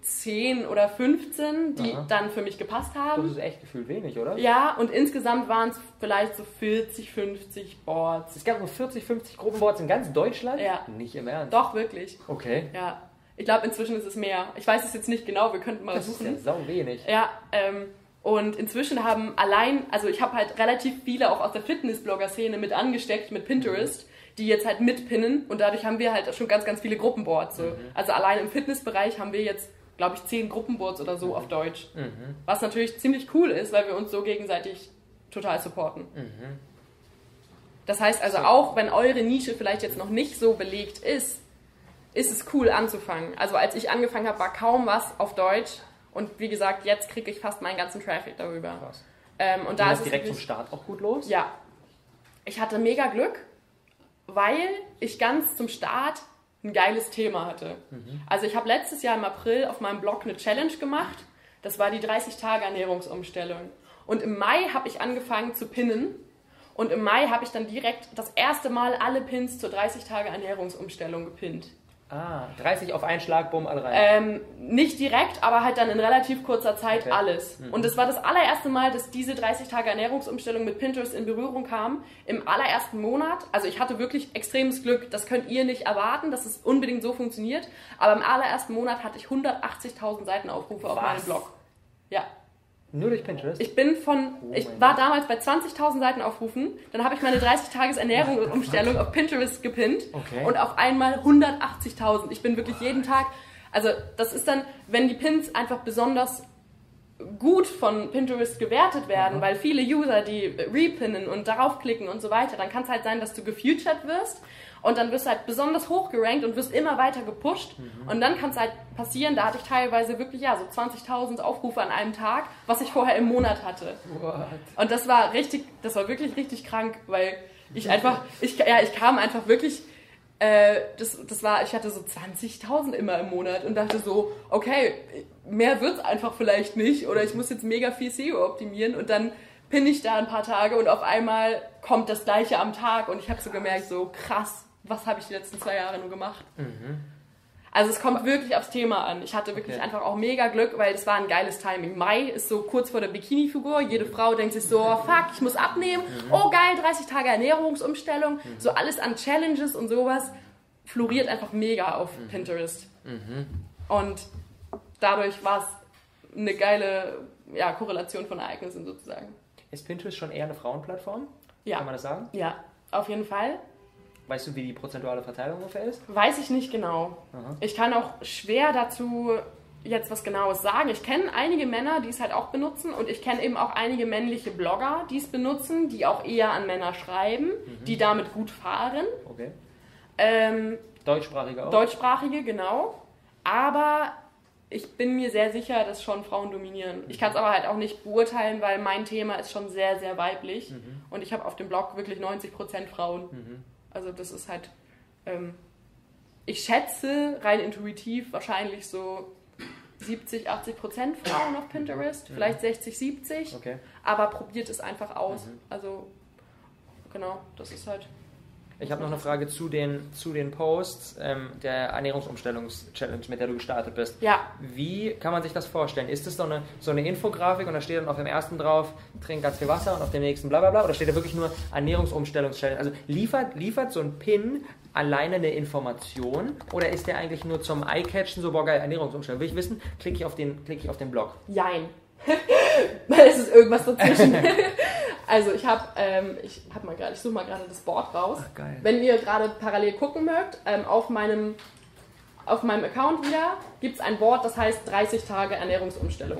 10 oder 15, die dann für mich gepasst haben. Das ist echt gefühlt wenig, oder? Ja, und insgesamt waren es vielleicht so 40, 50 Boards. Es gab nur 40, 50 Gruppenboards in ganz Deutschland? Ja. Nicht im Ernst? Doch, wirklich. Okay. Ja. Ich glaube, inzwischen ist es mehr. Ich weiß es jetzt nicht genau, wir könnten mal suchen. Das ist ja sau wenig. Ja, und inzwischen haben also ich habe halt relativ viele auch aus der Fitness-Blogger-Szene mit angesteckt, mit Pinterest, die jetzt halt mitpinnen und dadurch haben wir halt schon ganz, ganz viele Gruppenboards. So. Also allein im Fitnessbereich haben wir jetzt, glaube ich, 10 Gruppenboards oder so auf Deutsch. Was natürlich ziemlich cool ist, weil wir uns so gegenseitig total supporten. Das heißt also auch, wenn eure Nische vielleicht jetzt noch nicht so belegt ist es cool anzufangen. Also als ich angefangen habe, war kaum was auf Deutsch. Und wie gesagt, jetzt kriege ich fast meinen ganzen Traffic darüber. Krass. Und da ist es direkt zum Start auch gut los? Ja. Ich hatte mega Glück, weil ich ganz zum Start ein geiles Thema hatte. Also ich habe letztes Jahr im April auf meinem Blog eine Challenge gemacht. Das war die 30-Tage-Ernährungsumstellung. Und im Mai habe ich angefangen zu pinnen. Und im Mai habe ich dann direkt das erste Mal alle Pins zur 30-Tage-Ernährungsumstellung gepinnt. 30 auf einen Schlag, bumm, alle rein. Nicht direkt, aber halt dann in relativ kurzer Zeit alles. Und das war das allererste Mal, dass diese 30-Tage-Ernährungsumstellung mit Pinterest in Berührung kam. Im allerersten Monat. Also ich hatte wirklich extremes Glück. Das könnt ihr nicht erwarten, dass es unbedingt so funktioniert. Aber im allerersten Monat hatte ich 180.000 Seitenaufrufe auf meinem Blog. Ja. Nur durch Pinterest? Ich war damals bei 20.000 Seitenaufrufen, dann habe ich meine 30-Tages-Ernährungsumstellung auf Pinterest gepinnt und auf einmal 180.000. Ich bin wirklich jeden Tag, also das ist dann, wenn die Pins einfach besonders gut von Pinterest gewertet werden, weil viele User die repinnen und darauf klicken und so weiter, dann kann es halt sein, dass du gefeatured wirst und dann wirst du halt besonders hoch gerankt und wirst immer weiter gepusht und dann kann es halt passieren, da hatte ich teilweise wirklich so 20.000 Aufrufe an einem Tag, was ich vorher im Monat hatte. What? Und das war wirklich richtig krank, weil ich kam einfach wirklich, ich hatte so 20.000 immer im Monat und dachte so, okay, mehr wird's einfach vielleicht nicht oder ich muss jetzt mega viel SEO optimieren und dann pinne ich da ein paar Tage und auf einmal kommt das Gleiche am Tag und ich habe so gemerkt, so krass, was habe ich die letzten 2 Jahre nur gemacht? Also es kommt wirklich aufs Thema an. Ich hatte wirklich einfach auch mega Glück, weil es war ein geiles Timing. Mai ist so kurz vor der Bikini-Figur. Jede Frau denkt sich so, fuck, ich muss abnehmen. Oh geil, 30 Tage Ernährungsumstellung. So alles an Challenges und sowas floriert einfach mega auf Pinterest. Und dadurch war es eine geile Korrelation von Ereignissen sozusagen. Ist Pinterest schon eher eine Frauenplattform? Ja. Kann man das sagen? Ja, auf jeden Fall. Weißt du, wie die prozentuale Verteilung ungefähr ist? Weiß ich nicht genau. Ich kann auch schwer dazu jetzt was Genaues sagen. Ich kenne einige Männer, die es halt auch benutzen und ich kenne eben auch einige männliche Blogger, die es benutzen, die auch eher an Männer schreiben, die damit gut fahren. Okay. Deutschsprachige auch? Deutschsprachige, genau. Aber ich bin mir sehr sicher, dass schon Frauen dominieren. Ich kann es aber halt auch nicht beurteilen, weil mein Thema ist schon sehr, sehr weiblich und ich habe auf dem Blog wirklich 90% Frauen. Also das ist halt, ich schätze rein intuitiv wahrscheinlich so 70-80% Frauen auf Pinterest, vielleicht 60-70, aber probiert es einfach aus. Also genau, das ist halt... Ich habe noch eine Frage zu den Posts der Ernährungsumstellungs-Challenge, mit der du gestartet bist. Ja. Wie kann man sich das vorstellen? Ist das so eine Infografik und da steht dann auf dem ersten drauf, trink ganz viel Wasser und auf dem nächsten bla bla bla? Oder steht da wirklich nur Ernährungsumstellungs-Challenge? Also liefert so ein Pin alleine eine Information oder ist der eigentlich nur zum Eye-Catchen so, boah geil, Ernährungsumstellung? Will ich wissen, klicke ich auf den Blog? Jein. Es ist irgendwas dazwischen. Also ich suche mal gerade das Board raus. Ach, geil. Wenn ihr gerade parallel gucken mögt, auf meinem Account wieder gibt es ein Board, das heißt 30 Tage Ernährungsumstellung.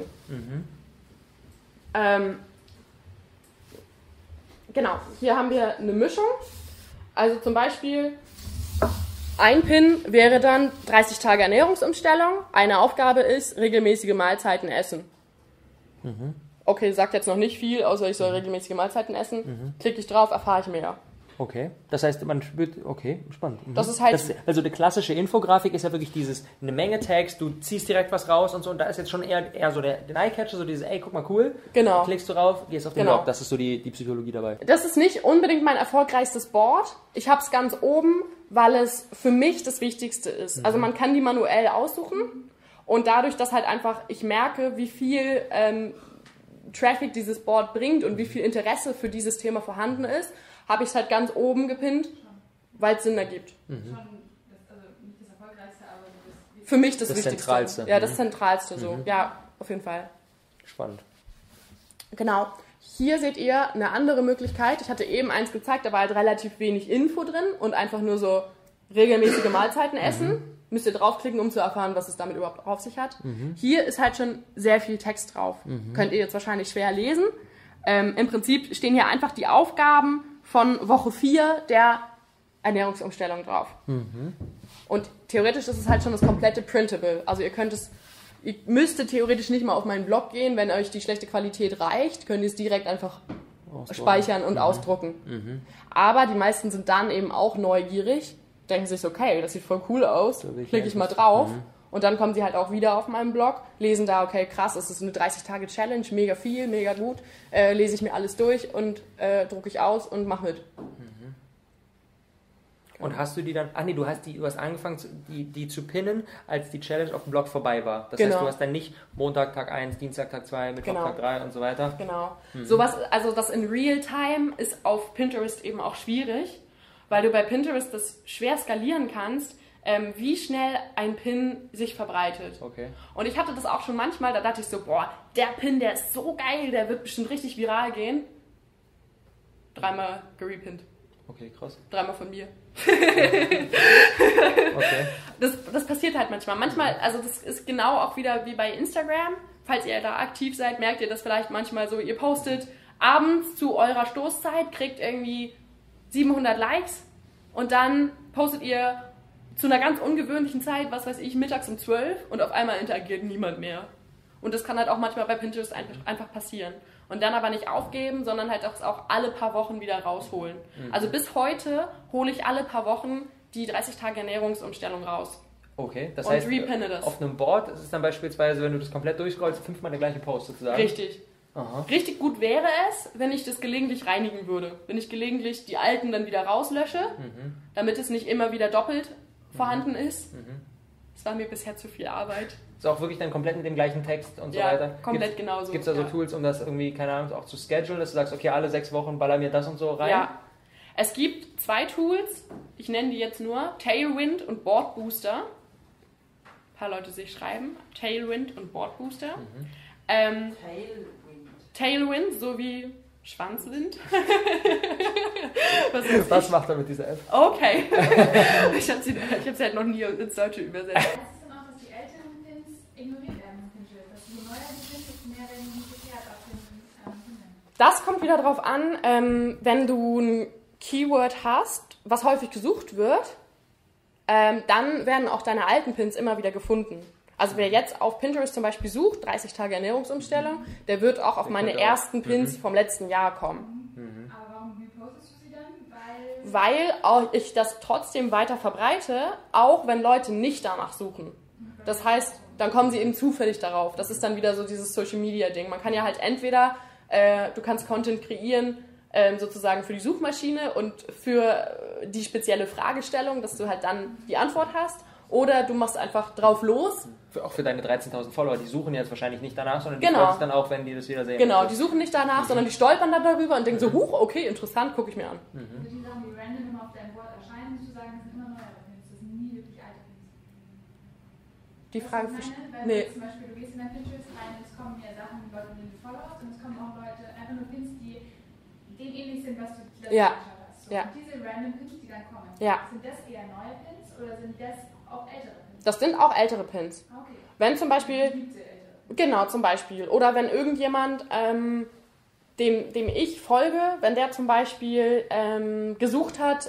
Genau, hier haben wir eine Mischung. Also zum Beispiel ein Pin wäre dann 30 Tage Ernährungsumstellung. Eine Aufgabe ist regelmäßige Mahlzeiten essen. Okay, sagt jetzt noch nicht viel, außer ich soll regelmäßige Mahlzeiten essen. Klicke ich drauf, erfahre ich mehr. Okay, das heißt, man spürt, okay, spannend. Das ist halt... also die klassische Infografik ist ja wirklich eine Menge Text, du ziehst direkt was raus und so, und da ist jetzt schon eher so den Eye-Catcher, so dieses, ey, guck mal, cool. Genau. Klickst du drauf, gehst auf den Blog, das ist so die Psychologie dabei. Das ist nicht unbedingt mein erfolgreichstes Board. Ich habe es ganz oben, weil es für mich das Wichtigste ist. Also man kann die manuell aussuchen Und dadurch, dass halt einfach ich merke, wie viel Traffic dieses Board bringt und wie viel Interesse für dieses Thema vorhanden ist, habe ich es halt ganz oben gepinnt, weil es Sinn ergibt. Schon das, also nicht das Erfolgreichste, aber das Für mich das Das Wichtigste. Zentralste. Ja, das Zentralste so. Ja, auf jeden Fall. Spannend. Genau. Hier seht ihr eine andere Möglichkeit. Ich hatte eben eins gezeigt, da war halt relativ wenig Info drin und einfach nur so regelmäßige Mahlzeiten essen. Müsst ihr draufklicken, um zu erfahren, was es damit überhaupt auf sich hat. Hier ist halt schon sehr viel Text drauf. Könnt ihr jetzt wahrscheinlich schwer lesen. Im Prinzip stehen hier einfach die Aufgaben von Woche 4 der Ernährungsumstellung drauf. Und theoretisch ist es halt schon das komplette Printable. Also ihr müsstet theoretisch nicht mal auf meinen Blog gehen, wenn euch die schlechte Qualität reicht, könnt ihr es direkt einfach speichern und ausdrucken. Aber die meisten sind dann eben auch neugierig, denken sich, okay, das sieht voll cool aus, klicke ich mal drauf. Und dann kommen sie halt auch wieder auf meinen Blog, lesen da, okay, krass, es ist eine 30-Tage-Challenge, mega viel, mega gut, lese ich mir alles durch und drucke ich aus und mache mit. Und hast du die dann, du hast angefangen, die zu pinnen, als die Challenge auf dem Blog vorbei war. Das heißt, du hast dann nicht Montag Tag 1, Dienstag Tag 2, Mittwoch Tag 3 und so weiter. Genau. Sowas, also das in Real-Time ist auf Pinterest eben auch schwierig, weil du bei Pinterest das schwer skalieren kannst, wie schnell ein Pin sich verbreitet. Okay. Und ich hatte das auch schon manchmal, da dachte ich so, boah, der Pin, der ist so geil, der wird bestimmt richtig viral gehen. 3-mal gerepinnt. Okay, krass. 3-mal von mir. Okay. Das passiert halt manchmal. Manchmal, also das ist genau auch wieder wie bei Instagram. Falls ihr da aktiv seid, merkt ihr das vielleicht manchmal so, ihr postet abends zu eurer Stoßzeit, kriegt irgendwie 700 Likes und dann postet ihr zu einer ganz ungewöhnlichen Zeit, was weiß ich, mittags um 12 und auf einmal interagiert niemand mehr. Und das kann halt auch manchmal bei Pinterest einfach passieren. Und dann aber nicht aufgeben, sondern halt auch alle paar Wochen wieder rausholen. Also bis heute hole ich alle paar Wochen die 30-Tage-Ernährungsumstellung raus. Okay, das und heißt, repinne das. Auf einem Board ist es dann beispielsweise, wenn du das komplett durchscrollst, 5-mal der gleiche Post sozusagen. Richtig. Aha. Richtig gut wäre es, wenn ich das gelegentlich reinigen würde. Wenn ich gelegentlich die alten dann wieder rauslösche, damit es nicht immer wieder doppelt vorhanden ist. Das war mir bisher zu viel Arbeit. Ist auch wirklich dann komplett mit dem gleichen Text und so weiter? Komplett genauso. Gibt es da so Tools, um das irgendwie, keine Ahnung, auch zu schedulen, dass du sagst, okay, alle 6 Wochen baller mir das und so rein? Ja. Es gibt 2 Tools, ich nenne die jetzt nur Tailwind und Board Booster. Ein paar Leute sich schreiben. Tailwind und Board Booster. Tailwind, so wie Schwanzwind. Was macht er mit dieser App? Okay. Ich habe sie halt noch nie ins Deutsche übersetzt. Es ist dann auch, dass die älteren Pins ignoriert werden auf Pinterest. Dass je neuer die Pins, desto mehr werden die geklärt auf den Pinnen. Das kommt wieder drauf an, wenn du ein Keyword hast, was häufig gesucht wird, dann werden auch deine alten Pins immer wieder gefunden. Also wer jetzt auf Pinterest zum Beispiel sucht, 30 Tage Ernährungsumstellung, der wird auch auf meine ersten Pins vom letzten Jahr kommen. Aber warum repostest du sie dann? Weil auch ich das trotzdem weiter verbreite, auch wenn Leute nicht danach suchen. Das heißt, dann kommen sie eben zufällig darauf. Das ist dann wieder so dieses Social-Media-Ding. Man kann ja halt entweder, du kannst Content kreieren, sozusagen für die Suchmaschine und für die spezielle Fragestellung, dass du halt dann die Antwort hast. Oder du machst einfach drauf los. Auch für deine 13.000 Follower, die suchen jetzt wahrscheinlich nicht danach, sondern die folgen es dann auch, wenn die das wieder sehen. Genau, die suchen nicht danach, sondern die stolpern dann darüber und denken so, huch, okay, interessant, gucke ich mir an. Also die Sachen, die random immer auf deinem Board erscheinen, zu sagen, das sind immer neuere Pins, das sind nie wirklich alte Pins. Die Frage Weil nee. zum Beispiel, du gehst in dein Pinterest rein und es kommen ja Sachen, die Leute, die du followst, und es kommen auch Leute, einfach nur Pins, die dem ähnlich sind, was du Ja. angeschaut hast. So, Ja. und diese random Pins, die dann kommen, Ja. sind das eher neue Pins oder sind das auch ältere Pins? Das sind auch ältere Pins. Okay. Wenn zum Beispiel, Gibt's ja ältere. genau, zum Beispiel, oder wenn irgendjemand, dem ich folge, wenn der zum Beispiel gesucht hat,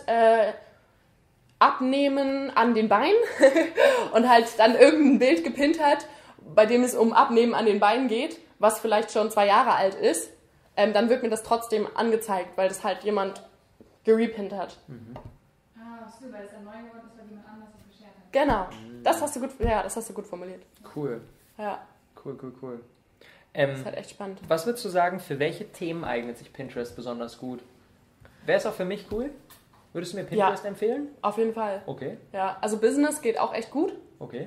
Abnehmen an den Beinen und halt dann irgendein Bild gepinnt hat, bei dem es um Abnehmen an den Beinen geht, was vielleicht schon 2 Jahre alt ist, dann wird mir das trotzdem angezeigt, weil das halt jemand gerepinnt hat. Ah, so, weil es dann neu geworden ist, weil jemand anders das geshared hat. Genau, das hast du gut formuliert. Cool. Ja, Cool. das ist halt echt spannend. Was würdest du sagen, für welche Themen eignet sich Pinterest besonders gut? Wäre es auch für mich cool? Würdest du mir Pinterest empfehlen? Auf jeden Fall. Okay. Ja, also Business geht auch echt gut. Okay.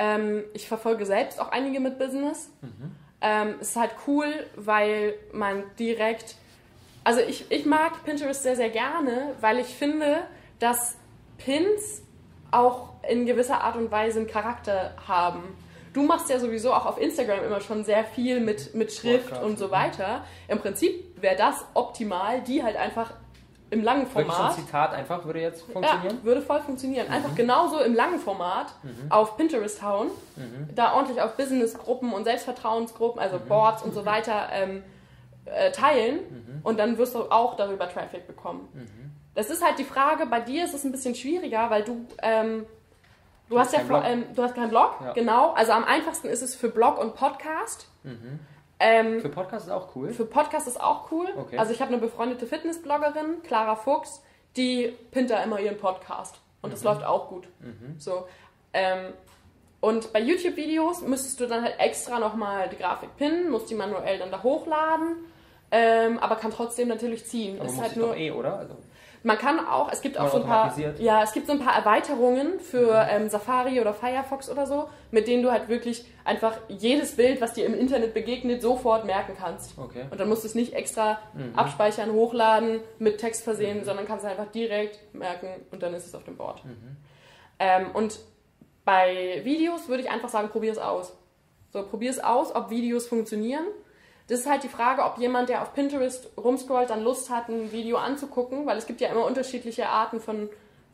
Ich verfolge selbst auch einige mit Business. Es ist halt cool, weil man direkt... Also ich mag Pinterest sehr, sehr gerne, weil ich finde, dass Pins auch in gewisser Art und Weise einen Charakter haben. Du machst ja sowieso auch auf Instagram immer schon sehr viel mit Schrift und so weiter. Im Prinzip wäre das optimal, die halt einfach im langen Format... Wirklich so ein Zitat einfach würde jetzt funktionieren? Ja, würde voll funktionieren. Einfach genauso im langen Format auf Pinterest hauen, da ordentlich auf Businessgruppen und Selbstvertrauensgruppen, also Boards und so weiter teilen und dann wirst du auch darüber Traffic bekommen. Das ist halt die Frage, bei dir ist es ein bisschen schwieriger, weil du hast ja du hast keinen Blog, genau. Also am einfachsten ist es für Blog und Podcast. Für Podcast ist auch cool? Für Podcast ist auch cool. Okay. Also ich habe eine befreundete Fitnessbloggerin, Clara Fuchs, die pinnt da immer ihren Podcast. Und das läuft auch gut. So. Und bei YouTube-Videos müsstest du dann halt extra nochmal die Grafik pinnen, musst die manuell dann da hochladen, aber kann trotzdem natürlich ziehen. Aber ist muss halt ich nur, doch oder? Also man kann auch, es gibt auch so ein paar, automatisiert. es gibt so ein paar Erweiterungen für Safari oder Firefox oder so, mit denen du halt wirklich einfach jedes Bild, was dir im Internet begegnet, sofort merken kannst. Okay. Und dann musst du es nicht extra abspeichern, hochladen, mit Text versehen, sondern kannst es einfach direkt merken und dann ist es auf dem Board. Und bei Videos würde ich einfach sagen, probier es aus. So, probier es aus, ob Videos funktionieren. Das ist halt die Frage, ob jemand, der auf Pinterest rumscrollt, dann Lust hat, ein Video anzugucken, weil es gibt ja immer unterschiedliche Arten von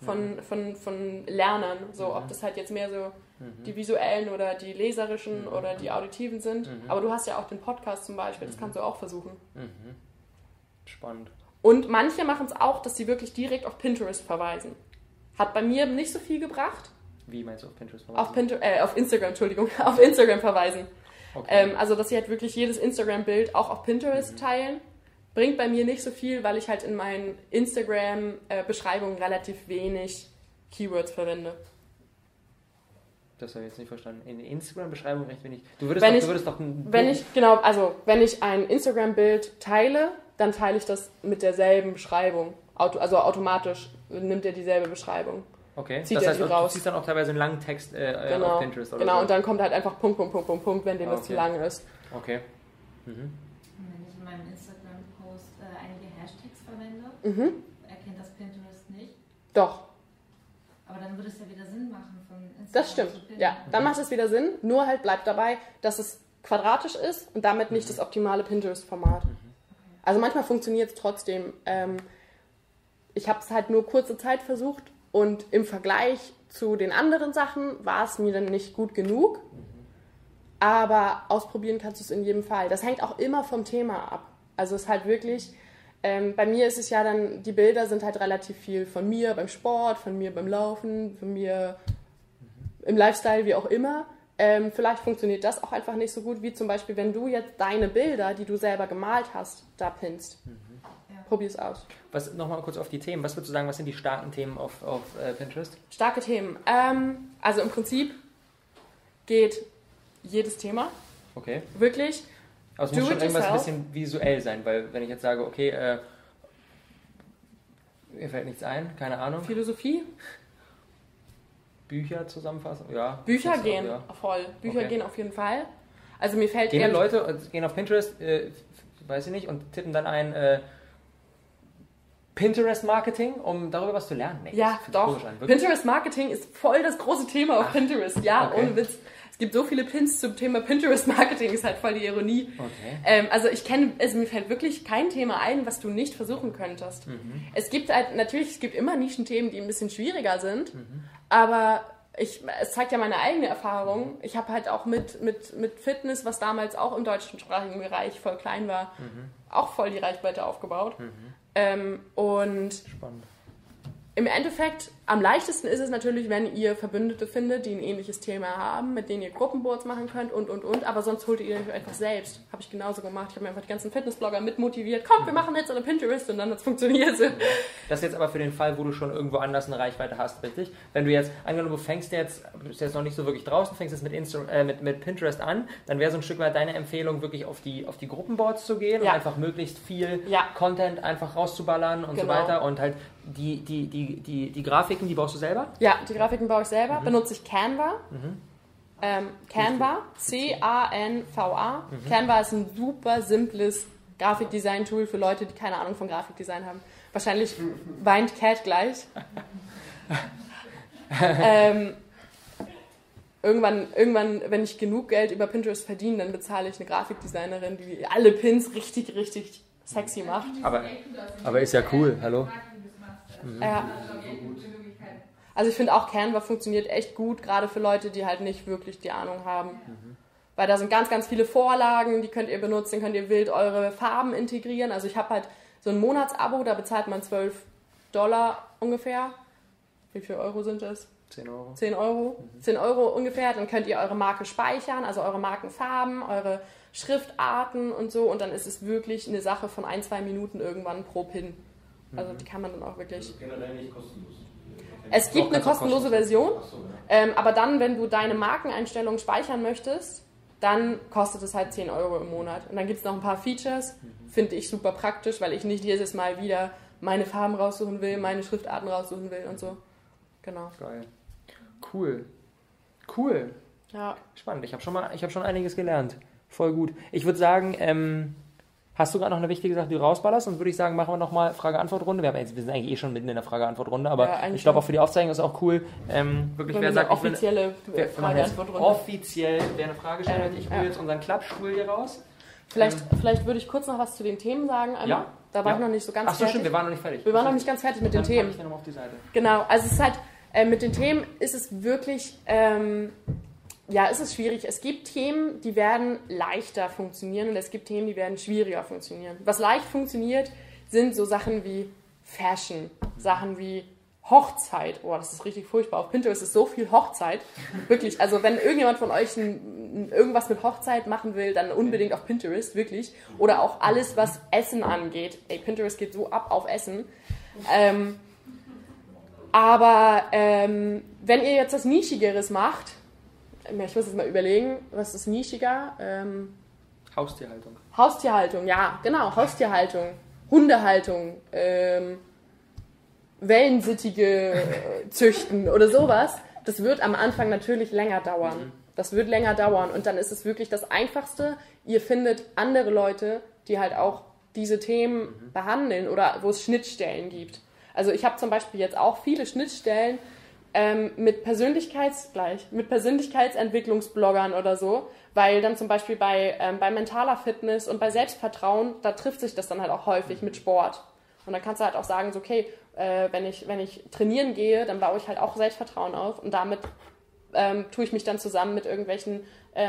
Lernern. So, ob das halt jetzt mehr so die visuellen oder die leserischen oder die auditiven sind. Aber du hast ja auch den Podcast zum Beispiel, das kannst du auch versuchen. Spannend. Und manche machen es auch, dass sie wirklich direkt auf Pinterest verweisen. Hat bei mir nicht so viel gebracht. Wie meinst du auf Pinterest verweisen? Auf Instagram, Entschuldigung, auf Instagram verweisen. Okay. Also, dass sie halt wirklich jedes Instagram-Bild auch auf Pinterest teilen, bringt bei mir nicht so viel, weil ich halt in meinen Instagram-Beschreibungen relativ wenig Keywords Das habe ich jetzt nicht verstanden. In der Instagram-Beschreibung recht wenig. Wenn ich ein Instagram-Bild teile, dann teile ich das mit derselben Beschreibung. Also automatisch nimmt er dieselbe Beschreibung. Okay, Zieht das heißt, du ziehst dann auch teilweise einen langen Text auf Pinterest oder so. Genau, und dann kommt halt einfach Punkt, wenn dem das zu lang ist. Okay. Und wenn ich in meinem Instagram-Post einige Hashtags verwende, erkennt das Pinterest nicht? Doch. Aber dann würde es ja wieder Sinn machen von Instagram. Das stimmt, ja. Dann macht es wieder Sinn, nur halt bleibt dabei, dass es quadratisch ist und damit nicht das optimale Pinterest-Format. Also manchmal funktioniert es trotzdem. Ich habe es halt nur kurze Zeit versucht und im Vergleich zu den anderen Sachen war es mir dann nicht gut genug. Aber ausprobieren kannst du es in jedem Fall. Das hängt auch immer vom Thema ab. Also es ist halt wirklich, bei mir ist es ja dann, die Bilder sind halt relativ viel von mir beim Sport, von mir beim Laufen, von mir im Lifestyle, wie auch immer. Vielleicht funktioniert das auch einfach nicht so gut, wie zum Beispiel, wenn du jetzt deine Bilder, die du selber gemalt hast, da pinnst. Probier es aus. Nochmal kurz auf die Themen. Was würdest du sagen, was sind die starken Themen auf Pinterest? Starke Themen. Also im Prinzip geht jedes Thema. Okay. Wirklich. Aber es muss schon irgendwas ein bisschen visuell sein, weil wenn ich jetzt sage, okay, mir fällt nichts ein, keine Ahnung. Philosophie? Bücher zusammenfassen? Ja. Bücher gehen voll. Bücher gehen auf jeden Fall. Also mir fällt Leute gehen auf Pinterest, weiß ich nicht, und tippen dann ein Pinterest-Marketing, um darüber was zu lernen. Nee, ja, doch. Pinterest-Marketing ist voll das große Thema auf Pinterest. Ja, okay. Ohne Witz. Es gibt so viele Pins zum Thema Pinterest-Marketing, ist halt voll die Ironie. Okay. Also mir fällt wirklich kein Thema ein, was du nicht versuchen könntest. Es gibt halt, natürlich, es gibt immer Nischenthemen, die ein bisschen schwieriger sind, aber es zeigt ja meine eigene Erfahrung. Ich habe halt auch mit Fitness, was damals auch im deutschsprachigen Bereich voll klein war, auch voll die Reichweite aufgebaut. Und spannend. Im Endeffekt, am leichtesten ist es natürlich, wenn ihr Verbündete findet, die ein ähnliches Thema haben, mit denen ihr Gruppenboards machen könnt und. Aber sonst holt ihr euch einfach selbst. Habe ich genauso gemacht. Ich habe mir einfach die ganzen Fitnessblogger mitmotiviert. Komm, wir machen jetzt eine Pinterest und dann hat es funktioniert. Das ist jetzt aber für den Fall, wo du schon irgendwo anders eine Reichweite hast, richtig? Wenn du jetzt, angenommen, du bist jetzt noch nicht so wirklich draußen, fängst jetzt mit Pinterest an, dann wäre so ein Stück weit deine Empfehlung, wirklich auf die Gruppenboards zu gehen und einfach möglichst viel Content einfach rauszuballern und so weiter und halt die Grafiken, die baust du selber? Ja, die Grafiken baue ich selber. Benutze ich Canva. Canva, C-A-N-V-A. Canva ist ein super simples Grafikdesign-Tool für Leute, die keine Ahnung von Grafikdesign haben. Wahrscheinlich weint Cat gleich. Irgendwann, wenn ich genug Geld über Pinterest verdiene, dann bezahle ich eine Grafikdesignerin, die alle Pins richtig, richtig sexy macht. Aber ist ja cool, hallo? Also ich finde auch Canva funktioniert echt gut, gerade für Leute, die halt nicht wirklich die Ahnung haben. Weil da sind ganz, ganz viele Vorlagen, die könnt ihr benutzen, könnt ihr wild eure Farben integrieren. Also ich habe halt so ein Monatsabo, da bezahlt man $12 ungefähr. Wie viel Euro sind das? 10 Euro. 10 Euro. 10 Euro ungefähr. Dann könnt ihr eure Marke speichern, also eure Markenfarben, eure Schriftarten und so. Und dann ist es wirklich eine Sache von 1-2 Minuten irgendwann pro Pin. Also die kann man dann auch wirklich... Das ist generell nicht kostenlos. Es gibt eine kostenlose Version, aber dann, wenn du deine Markeneinstellungen speichern möchtest, dann kostet es halt 10 Euro im Monat. Und dann gibt es noch ein paar Features, finde ich super praktisch, weil ich nicht jedes Mal wieder meine Farben raussuchen will, meine Schriftarten raussuchen will und so. Genau. Geil. Cool. Ja. Spannend. Ich habe schon einiges gelernt. Voll gut. Ich würde sagen, hast du gerade noch eine wichtige Sache, die du rausballerst? Und würde ich sagen, machen wir nochmal Frage-Antwort-Runde. Wir sind eigentlich eh schon mitten in der Frage-Antwort-Runde, aber ja, ich glaube auch für die Aufzeichnung ist auch cool. Wirklich, wer sagt, offizielle Frage-Antwort-Runde. Offiziell, wer eine Frage stellt, ich hole jetzt unseren Klappstuhl hier raus. Vielleicht würde ich kurz noch was zu den Themen sagen. Ja? Da war ich noch nicht so ganz fertig. Ach so, stimmt, wir waren noch nicht fertig. Wir waren noch nicht ganz fertig mit den Themen. Ich nochmal auf die Seite. Genau, also es ist halt, mit den Themen ist es wirklich, es ist schwierig. Es gibt Themen, die werden leichter funktionieren und es gibt Themen, die werden schwieriger funktionieren. Was leicht funktioniert, sind so Sachen wie Fashion, Sachen wie Hochzeit. Oh, das ist richtig furchtbar. Auf Pinterest ist so viel Hochzeit. Wirklich, also wenn irgendjemand von euch irgendwas mit Hochzeit machen will, dann unbedingt auf Pinterest, wirklich. Oder auch alles, was Essen angeht. Ey, Pinterest geht so ab auf Essen. Aber wenn ihr jetzt was Nischigeres macht, ich muss jetzt mal überlegen, was ist nischiger? Haustierhaltung. Haustierhaltung, ja, genau, Haustierhaltung. Hundehaltung, Wellensittige züchten oder sowas. Das wird am Anfang natürlich länger dauern. Das wird länger dauern und dann ist es wirklich das Einfachste. Ihr findet andere Leute, die halt auch diese Themen behandeln oder wo es Schnittstellen gibt. Also ich habe zum Beispiel jetzt auch viele Schnittstellen mit Persönlichkeitsentwicklungsbloggern oder so, weil dann zum Beispiel bei mentaler Fitness und bei Selbstvertrauen, da trifft sich das dann halt auch häufig mit Sport. Und dann kannst du halt auch sagen, so, okay, wenn ich trainieren gehe, dann baue ich halt auch Selbstvertrauen auf und damit tue ich mich dann zusammen mit irgendwelchen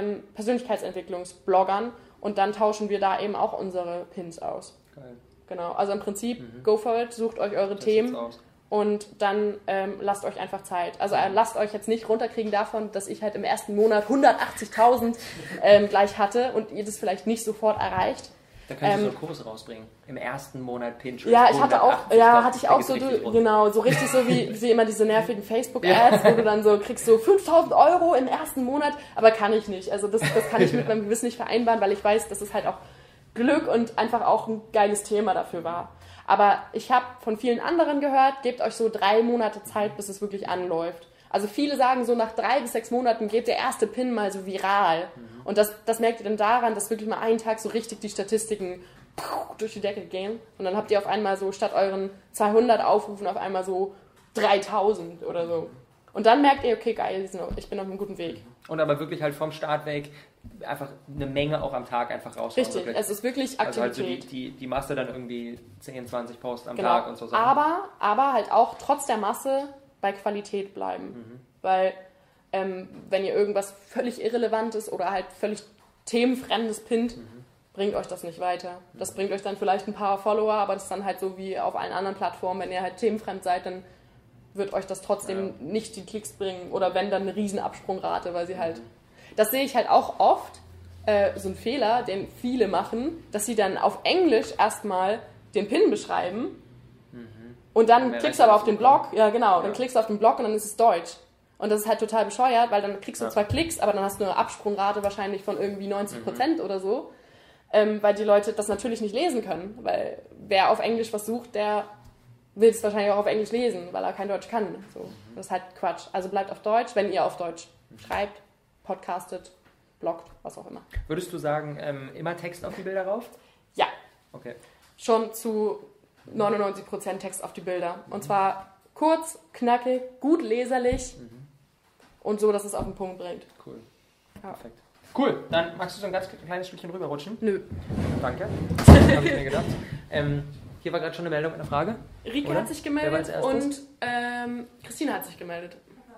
Persönlichkeitsentwicklungsbloggern und dann tauschen wir da eben auch unsere Pins aus. Geil. Genau, also im Prinzip, go for it, sucht euch eure Themen und dann lasst euch einfach Zeit. Also lasst euch jetzt nicht runterkriegen davon, dass ich halt im ersten Monat 180.000 gleich hatte und ihr das vielleicht nicht sofort erreicht. Da kannst du so einen Kurs rausbringen. Im ersten Monat Pinterest. Ja, hatte ich auch so, genau, so richtig so wie immer diese nervigen Facebook-Ads, wo du dann so kriegst so 5.000 Euro im ersten Monat, aber kann ich nicht. Also das kann ich mit meinem Gewissen nicht vereinbaren, weil ich weiß, dass es halt auch Glück und einfach auch ein geiles Thema dafür war. Aber ich habe von vielen anderen gehört, gebt euch so 3 Monate Zeit, bis es wirklich anläuft. Also viele sagen so, nach 3 bis 6 Monaten geht der erste Pin mal so viral. Und das merkt ihr dann daran, dass wirklich mal einen Tag so richtig die Statistiken durch die Decke gehen. Und dann habt ihr auf einmal so statt euren 200 Aufrufen auf einmal so 3.000 oder so. Und dann merkt ihr, okay, geil, ich bin auf einem guten Weg. Und aber wirklich halt vom Start weg einfach eine Menge auch am Tag einfach raushauen. Richtig, wirklich. Es ist wirklich Aktivität. Also halt so die Masse dann irgendwie 10, 20 Posts am Tag und so Sachen. Aber halt auch trotz der Masse bei Qualität bleiben. Weil wenn ihr irgendwas völlig Irrelevantes oder halt völlig Themenfremdes pinnt, bringt euch das nicht weiter. Das bringt euch dann vielleicht ein paar Follower, aber das ist dann halt so wie auf allen anderen Plattformen. Wenn ihr halt themenfremd seid, dann wird euch das trotzdem nicht die Klicks bringen oder wenn, dann eine riesen Absprungrate, weil sie halt... Das sehe ich halt auch oft, so ein Fehler, den viele machen, dass sie dann auf Englisch erstmal den Pin beschreiben und dann klickst du aber auf den Blog, dann klickst du auf den Blog und dann ist es Deutsch. Und das ist halt total bescheuert, weil dann kriegst du zwar Klicks, aber dann hast du eine Absprungrate wahrscheinlich von irgendwie 90% oder so, weil die Leute das natürlich nicht lesen können, weil wer auf Englisch was sucht, der will es wahrscheinlich auch auf Englisch lesen, weil er kein Deutsch kann. So. Das ist halt Quatsch. Also bleibt auf Deutsch, wenn ihr auf Deutsch schreibt, podcastet, bloggt, was auch immer. Würdest du sagen, immer Text auf die Bilder rauf? Ja. Okay. Schon zu 99% Text auf die Bilder. Und zwar kurz, knackig, gut leserlich und so, dass es auf den Punkt bringt. Cool. Ja. Perfekt. Cool, dann magst du so ein ganz kleines Stückchen rüberrutschen? Nö. Danke. Habe ich mir gedacht. Hier war gerade schon eine Meldung mit einer Frage. Rike Oder? hat sich Wer war als gemeldet erstes? und Christina hat sich gemeldet.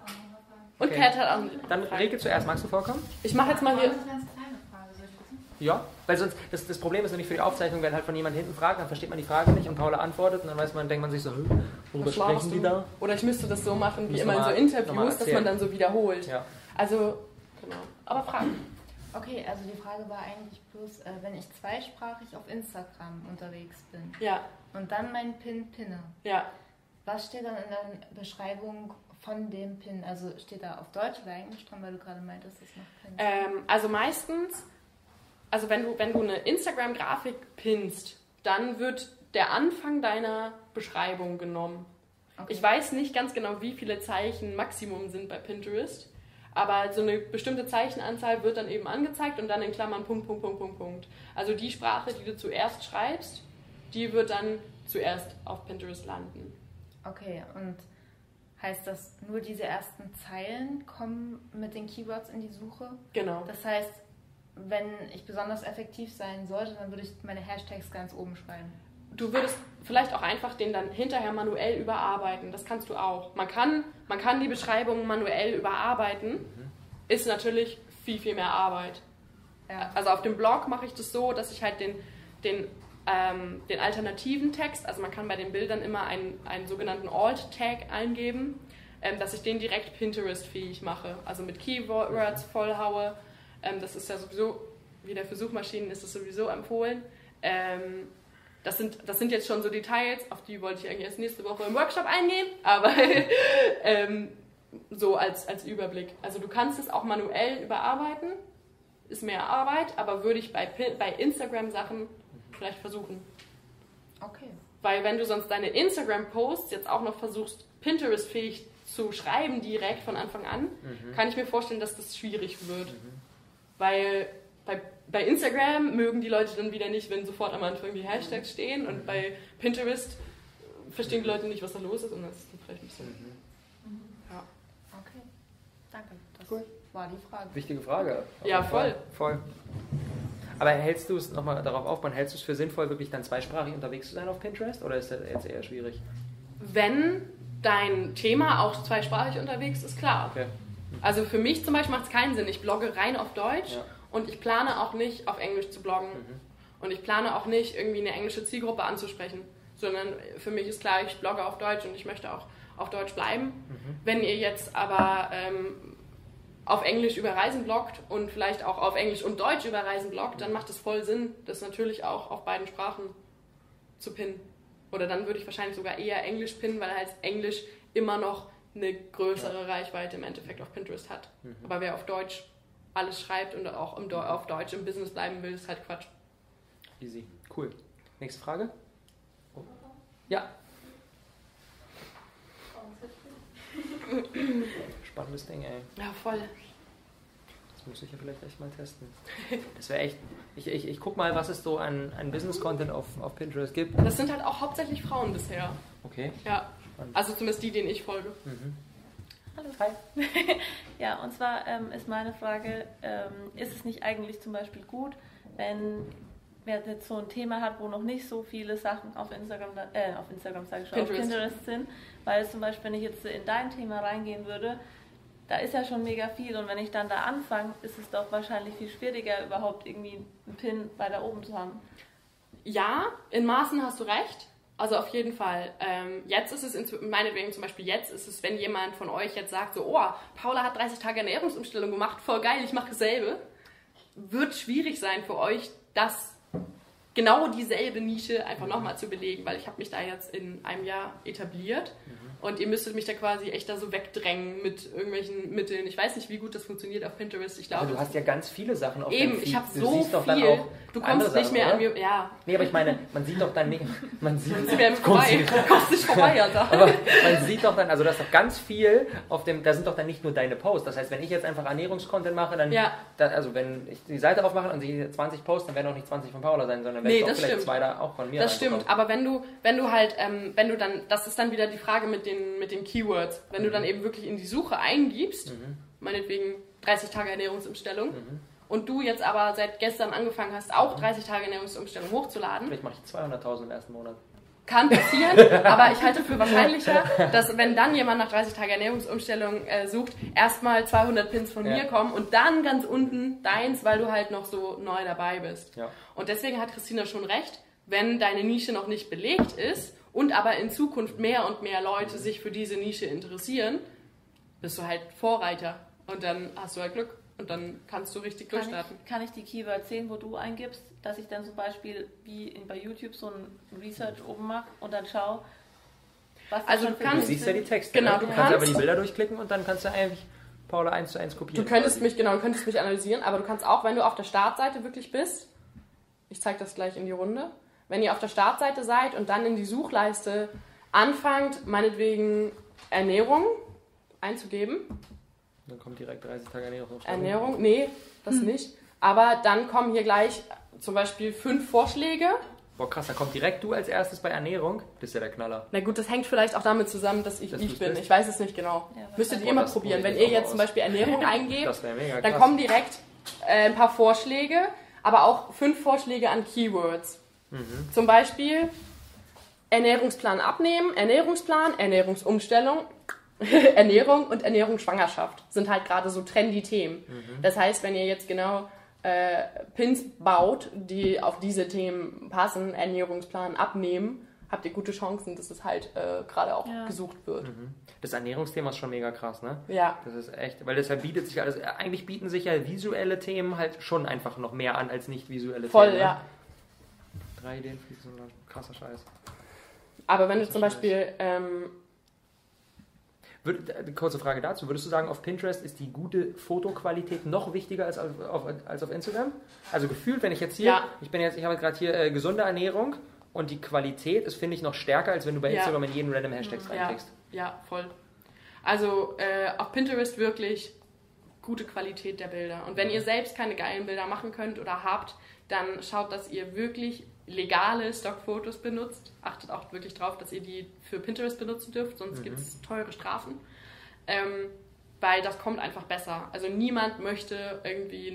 Und Okay. Kat hat auch Dann Rike zuerst, magst du vorkommen? Ich mache jetzt mal hier... Das ist eine ganz kleine Frage, soll ich wissen? Ja, weil sonst, das Problem ist nämlich für die Aufzeichnung, wenn halt von jemand hinten fragt, dann versteht man die Frage nicht und Paula antwortet und dann weiß man, denkt man sich so, worüber Was laberst sprechen die du? da? Oder ich müsste das so machen, wie Müssen immer in so wir mal Interviews, dass erzählen. man dann so wiederholt. Ja. Also, genau. Aber Fragen. Okay, also die Frage war eigentlich bloß, wenn ich zweisprachig auf Instagram unterwegs bin Ja, und dann meinen Pin pinne, ja. was steht dann in der Beschreibung von dem Pin? Also steht da auf Deutsch oder Englisch dran, weil du gerade meintest, das macht keinen Sinn. Also meistens, also wenn du eine Instagram-Grafik pinnst, dann wird der Anfang deiner Beschreibung genommen. Okay. Ich weiß nicht ganz genau, wie viele Zeichen Maximum sind bei Pinterest, aber so eine bestimmte Zeichenanzahl wird dann eben angezeigt und dann in Klammern Punkt, Punkt, Punkt, Punkt, Punkt. Also die Sprache, die du zuerst schreibst, die wird dann zuerst auf Pinterest landen. Okay, und heißt das, nur diese ersten Zeilen kommen mit den Keywords in die Suche? Genau. Das heißt, wenn ich besonders effektiv sein sollte, dann würde ich meine Hashtags ganz oben schreiben. Du würdest vielleicht auch einfach den dann hinterher manuell überarbeiten. Das kannst du auch. Man kann die Beschreibung manuell überarbeiten. Ist natürlich viel, viel mehr Arbeit. Ja. Also auf dem Blog mache ich das so, dass ich halt den alternativen Text, also man kann bei den Bildern immer einen sogenannten Alt-Tag eingeben, dass ich den direkt Pinterest-fähig mache. Also mit Keywords vollhaue. Das ist ja sowieso, wieder für Suchmaschinen ist das sowieso empfohlen. Das sind jetzt schon so Details, auf die wollte ich eigentlich erst nächste Woche im Workshop eingehen, aber so als Überblick. Also du kannst es auch manuell überarbeiten, ist mehr Arbeit, aber würde ich bei Instagram-Sachen vielleicht versuchen. Okay. Weil wenn du sonst deine Instagram-Posts jetzt auch noch versuchst, Pinterest-fähig zu schreiben direkt von Anfang an, kann ich mir vorstellen, dass das schwierig wird. Weil bei Instagram mögen die Leute dann wieder nicht, wenn sofort am Anfang die Hashtags stehen und bei Pinterest verstehen die Leute nicht, was da los ist und das ist dann vielleicht ein bisschen... Ja. Okay. Danke. Das Cool. war die Frage. Wichtige Frage. Ja, voll. Voll. Aber hältst du es, nochmal darauf aufbauen, hältst du es für sinnvoll, wirklich dann zweisprachig unterwegs zu sein auf Pinterest oder ist das jetzt eher schwierig? Wenn dein Thema auch zweisprachig unterwegs ist, klar. Okay. Also für mich zum Beispiel macht es keinen Sinn. Ich blogge rein auf Deutsch Ja. und ich plane auch nicht, auf Englisch zu bloggen. Und ich plane auch nicht, irgendwie eine englische Zielgruppe anzusprechen. Sondern für mich ist klar, ich blogge auf Deutsch und ich möchte auch auf Deutsch bleiben. Wenn ihr jetzt aber auf Englisch über Reisen bloggt und vielleicht auch auf Englisch und Deutsch über Reisen bloggt, dann macht es voll Sinn, das natürlich auch auf beiden Sprachen zu pinnen. Oder dann würde ich wahrscheinlich sogar eher Englisch pinnen, weil halt Englisch immer noch eine größere Reichweite im Endeffekt auf Pinterest hat. Aber wer auf Deutsch alles schreibt und auch auf Deutsch im Business bleiben will, ist halt Quatsch. Easy. Cool. Nächste Frage? Oh. Ja. Spannendes Ding, ey. Ja, voll. Das muss ich ja vielleicht echt mal testen. Das wäre echt... Ich guck mal, was es so an Business-Content auf Pinterest gibt. Das sind halt auch hauptsächlich Frauen bisher. Okay. Ja. Spannend. Also zumindest die, denen ich folge. Hallo. Hi. Ja, und zwar ist meine Frage, ist es nicht eigentlich zum Beispiel gut, wenn wer jetzt so ein Thema hat, wo noch nicht so viele Sachen auf Instagram sage ich schon, auf Pinterest sind, weil zum Beispiel, wenn ich jetzt in dein Thema reingehen würde, da ist ja schon mega viel und wenn ich dann da anfange, ist es doch wahrscheinlich viel schwieriger, überhaupt irgendwie einen Pin weiter oben zu haben. Ja, in Maßen hast du recht. Also auf jeden Fall. Jetzt ist es, meinetwegen zum Beispiel jetzt ist es, wenn jemand von euch jetzt sagt, so, oh, Paula hat 30 Tage Ernährungsumstellung gemacht, voll geil, ich mache dasselbe. Wird schwierig sein für euch, das genau dieselbe Nische einfach nochmal zu belegen, weil ich habe mich da jetzt in einem Jahr etabliert und ihr müsstet mich da quasi echt da so wegdrängen mit irgendwelchen Mitteln. Ich weiß nicht, wie gut das funktioniert auf Pinterest. Ich glaube, Also du hast ja ganz viele Sachen auf eben, deinem Feed. ich habe Du so siehst doch dann viel. auch Du kommst nicht mehr an mir, ja. Nee, aber ich meine, man sieht doch dann nicht, Sie werden vorbei, du kommst nicht vorbei, Alter. Aber man sieht doch dann, also da ist doch ganz viel da sind doch dann nicht nur deine Posts. Das heißt, wenn ich jetzt einfach Ernährungscontent mache, dann, also wenn ich die Seite aufmache und sehe 20 Posts, dann werden auch nicht 20 von Paula sein, sondern werden doch vielleicht 2 da auch von mir. Das stimmt, aber wenn du dann, das ist dann wieder die Frage mit den Keywords, wenn du dann eben wirklich in die Suche eingibst, meinetwegen 30 Tage Ernährungsumstellung, und du jetzt aber seit gestern angefangen hast, auch 30 Tage Ernährungsumstellung hochzuladen. Vielleicht mache ich 200.000 im ersten Monat. Kann passieren, aber ich halte für wahrscheinlicher, dass wenn dann jemand nach 30 Tage Ernährungsumstellung sucht, erstmal 200 Pins von mir kommen und dann ganz unten deins, weil du halt noch so neu dabei bist. Ja. Und deswegen hat Christina schon recht, wenn deine Nische noch nicht belegt ist und aber in Zukunft mehr und mehr Leute sich für diese Nische interessieren, bist du halt Vorreiter und dann hast du halt Glück. Und dann kannst du richtig durchstarten. Kann ich die Keywords sehen, wo du eingibst, dass ich dann zum Beispiel wie bei YouTube so ein Research oben mache und dann schaue, was also du siehst ja die Texte. Genau, du kannst aber die Bilder durchklicken und dann kannst du eigentlich Paula 1:1 kopieren. Du könntest mich analysieren, aber du kannst auch, wenn du auf der Startseite wirklich bist, ich zeige das gleich in die Runde, wenn ihr auf der Startseite seid und dann in die Suchleiste anfangt, meinetwegen Ernährung einzugeben. Dann kommt direkt 30 Tage Ernährungsumstellung. Ernährung? Nee, das nicht. Aber dann kommen hier gleich zum Beispiel 5 Vorschläge. Boah, krass, da kommt direkt du als erstes bei Ernährung. Das ist ja der Knaller. Na gut, das hängt vielleicht auch damit zusammen, dass ich bin. Ich weiß es nicht genau. Ja, müsstet ihr mal probieren. Wenn ihr jetzt zum Beispiel Ernährung eingebt, dann kommen direkt ein paar Vorschläge, aber auch 5 Vorschläge an Keywords. Zum Beispiel Ernährungsplan abnehmen, Ernährungsplan, Ernährungsumstellung, Ernährung und Ernährungsschwangerschaft sind halt gerade so trendy Themen. Das heißt, wenn ihr jetzt genau Pins baut, die auf diese Themen passen, Ernährungsplan abnehmen, habt ihr gute Chancen, dass es halt gerade auch gesucht wird. Das Ernährungsthema ist schon mega krass, ne? Ja. Das ist echt, weil deshalb bietet sich alles, eigentlich bieten sich ja visuelle Themen halt schon einfach noch mehr an als nicht visuelle Themen. Voll, ja. 3D, krasser Scheiß. Aber wenn du zum Beispiel... kurze Frage dazu. Würdest du sagen, auf Pinterest ist die gute Fotoqualität noch wichtiger als auf Instagram? Also gefühlt, wenn ich jetzt hier, ich habe gerade hier gesunde Ernährung und die Qualität ist, finde ich, noch stärker, als wenn du bei Instagram in jeden random Hashtags reinklickst. Ja, voll. Also auf Pinterest wirklich gute Qualität der Bilder. Und wenn ihr selbst keine geilen Bilder machen könnt oder habt, dann schaut, dass ihr wirklich legale Stockfotos benutzt. Achtet auch wirklich drauf, dass ihr die für Pinterest benutzen dürft, sonst gibt es teure Strafen. Weil das kommt einfach besser. Also niemand möchte irgendwie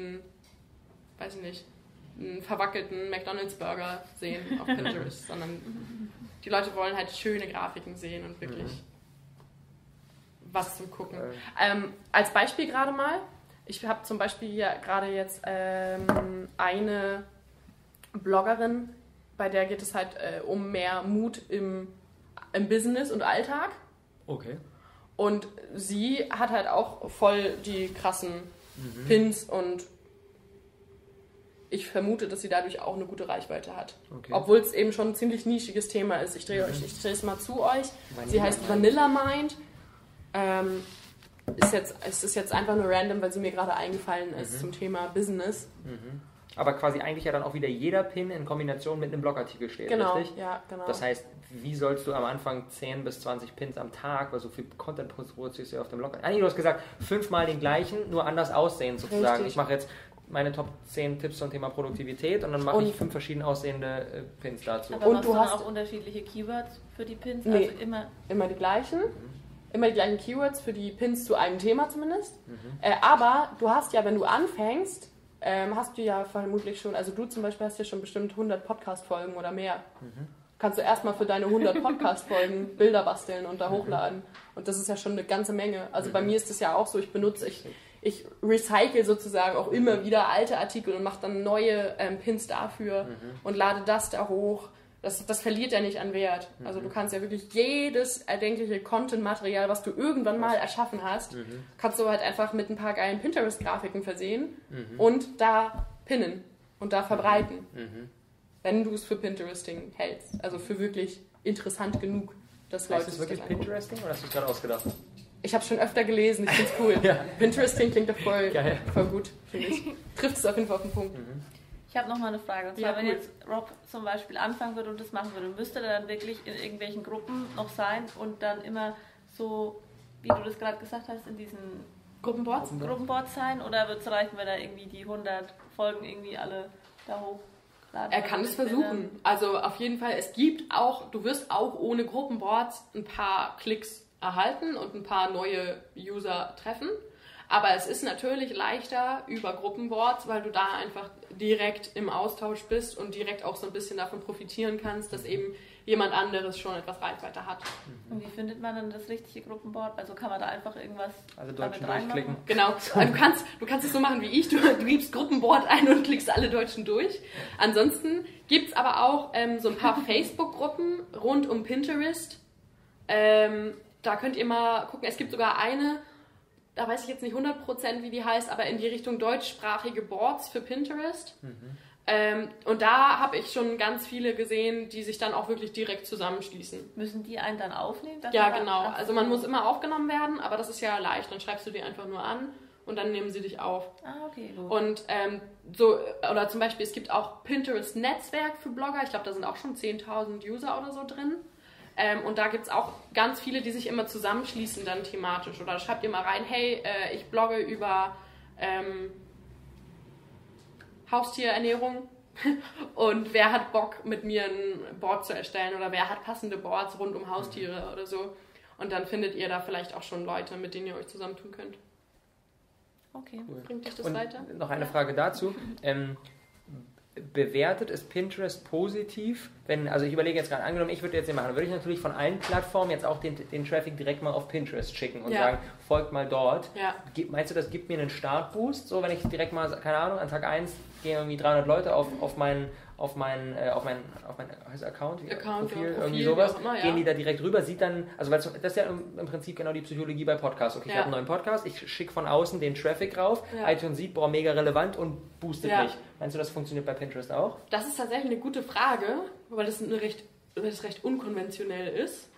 einen verwackelten McDonald's-Burger sehen auf Pinterest, sondern die Leute wollen halt schöne Grafiken sehen und wirklich was zum Gucken. Als Beispiel gerade mal, ich habe zum Beispiel hier gerade jetzt eine Bloggerin, bei der geht es halt um mehr Mut im Business und Alltag. Okay. Und sie hat halt auch voll die krassen Pins und ich vermute, dass sie dadurch auch eine gute Reichweite hat. Okay. Obwohl es eben schon ein ziemlich nischiges Thema ist. Ich drehe es mal zu euch. Sie heißt Vanilla Mind. Es ist jetzt einfach nur random, weil sie mir gerade eingefallen ist zum Thema Business. Aber quasi eigentlich ja dann auch wieder jeder Pin in Kombination mit einem Blogartikel steht, richtig? Ja, genau. Das heißt, wie sollst du am Anfang 10 bis 20 Pins am Tag, weil so viel Content produzierst du ja auf dem Blog. Du hast gesagt, 5-mal den gleichen, nur anders aussehen sozusagen. Richtig. Ich mache jetzt meine Top 10 Tipps zum Thema Produktivität und dann mache ich 5 verschieden aussehende Pins dazu. Aber und du hast auch unterschiedliche Keywords für die Pins? Nee, also immer die gleichen. Immer die gleichen Keywords für die Pins zu einem Thema zumindest. Aber du hast ja, wenn du anfängst, hast du ja vermutlich schon, also du zum Beispiel hast ja schon bestimmt 100 Podcast-Folgen oder mehr. Kannst du erstmal für deine 100 Podcast-Folgen Bilder basteln und da hochladen. Und das ist ja schon eine ganze Menge. Also bei mir ist es ja auch so, ich recycle sozusagen auch immer wieder alte Artikel und mache dann neue Pins dafür und lade das da hoch. Das verliert ja nicht an Wert. Also du kannst ja wirklich jedes erdenkliche Content-Material, was du irgendwann mal erschaffen hast, kannst du halt einfach mit ein paar geilen Pinterest-Grafiken versehen und da pinnen und da verbreiten. Wenn du es für Pinteresting hältst. Also für wirklich interessant genug, dass Leute... Ist es wirklich Pinteresting oder hast du es gerade ausgedacht? Ich habe es schon öfter gelesen, ich finde es cool. Pinteresting klingt doch voll gut, finde ich. Trifft es auf jeden Fall auf den Punkt. Ich habe noch mal eine Frage. Und zwar, wenn jetzt Rob zum Beispiel anfangen würde und das machen würde, müsste er dann wirklich in irgendwelchen Gruppen noch sein und dann immer so, wie du das gerade gesagt hast, in diesen Gruppenboards sein? Oder wird es reichen, wenn er irgendwie die 100 Folgen irgendwie alle da hochladen? Er kann es versuchen. Also auf jeden Fall, du wirst auch ohne Gruppenboards ein paar Klicks erhalten und ein paar neue User treffen. Aber es ist natürlich leichter über Gruppenboards, weil du da einfach direkt im Austausch bist und direkt auch so ein bisschen davon profitieren kannst, dass eben jemand anderes schon etwas Reichweite hat. Und wie findet man dann das richtige Gruppenboard? Also kann man da einfach irgendwas Deutschen durchklicken? Genau. Du kannst es so machen wie ich. Du gibst Gruppenboard ein und klickst alle Deutschen durch. Ansonsten gibt es aber auch so ein paar Facebook-Gruppen rund um Pinterest. Da könnt ihr mal gucken. Es gibt sogar eine, da weiß ich jetzt nicht 100%, wie die heißt, aber in die Richtung deutschsprachige Boards für Pinterest. Und da habe ich schon ganz viele gesehen, die sich dann auch wirklich direkt zusammenschließen. Müssen die einen dann aufnehmen? Ja, genau. Also man muss immer aufgenommen werden, aber das ist ja leicht. Dann schreibst du die einfach nur an und dann nehmen sie dich auf. Ah, okay, gut. Und oder zum Beispiel, es gibt auch Pinterest-Netzwerk für Blogger. Ich glaube, da sind auch schon 10.000 User oder so drin. Und da gibt es auch ganz viele, die sich immer zusammenschließen dann thematisch. Oder schreibt ihr mal rein, hey, ich blogge über Haustierernährung und wer hat Bock, mit mir ein Board zu erstellen oder wer hat passende Boards rund um Haustiere oder so. Und dann findet ihr da vielleicht auch schon Leute, mit denen ihr euch zusammentun könnt. Okay. Cool. Bringt dich das und weiter? Noch eine Frage dazu. Bewertet es Pinterest positiv? Also ich überlege jetzt gerade, angenommen, ich würde jetzt nicht machen, würde ich natürlich von allen Plattformen jetzt auch den Traffic direkt mal auf Pinterest schicken und sagen, folgt mal dort. Ja. Meinst du, das gibt mir einen Startboost? So, wenn ich direkt mal, keine Ahnung, an Tag 1 gehen irgendwie 300 Leute auf mein Account, Profil, irgendwie sowas, immer, gehen die da direkt rüber, sieht dann, also das ist ja im Prinzip genau die Psychologie bei Podcasts. Okay, ich habe einen neuen Podcast, ich schicke von außen den Traffic rauf, iTunes sieht, mega relevant und boostet mich. Meinst du, das funktioniert bei Pinterest auch? Das ist tatsächlich eine gute Frage, weil das recht unkonventionell ist.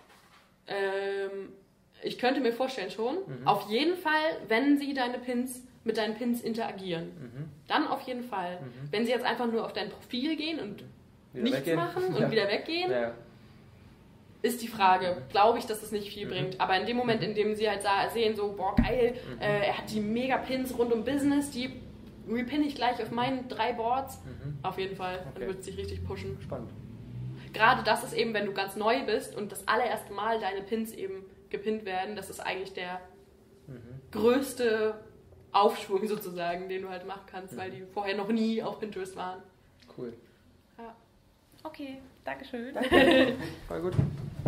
Ich könnte mir vorstellen schon, auf jeden Fall, wenn sie mit deinen Pins interagieren. Dann auf jeden Fall. Wenn sie jetzt einfach nur auf dein Profil gehen und nichts machen und wieder weggehen, ist die Frage, glaube ich, dass das nicht viel bringt. Aber in dem Moment, in dem sie halt sehen, so, boah, geil, er hat die Mega-Pins rund um Business, die repinne ich gleich auf meinen 3 Boards, auf jeden Fall, dann wird es sich richtig pushen. Spannend. Gerade das ist eben, wenn du ganz neu bist und das allererste Mal deine Pins eben gepinnt werden, das ist eigentlich der größte Aufschwung sozusagen, den du halt machen kannst, weil die vorher noch nie auf Pinterest waren. Cool. Ja. Okay, Dankeschön. Danke. Voll gut.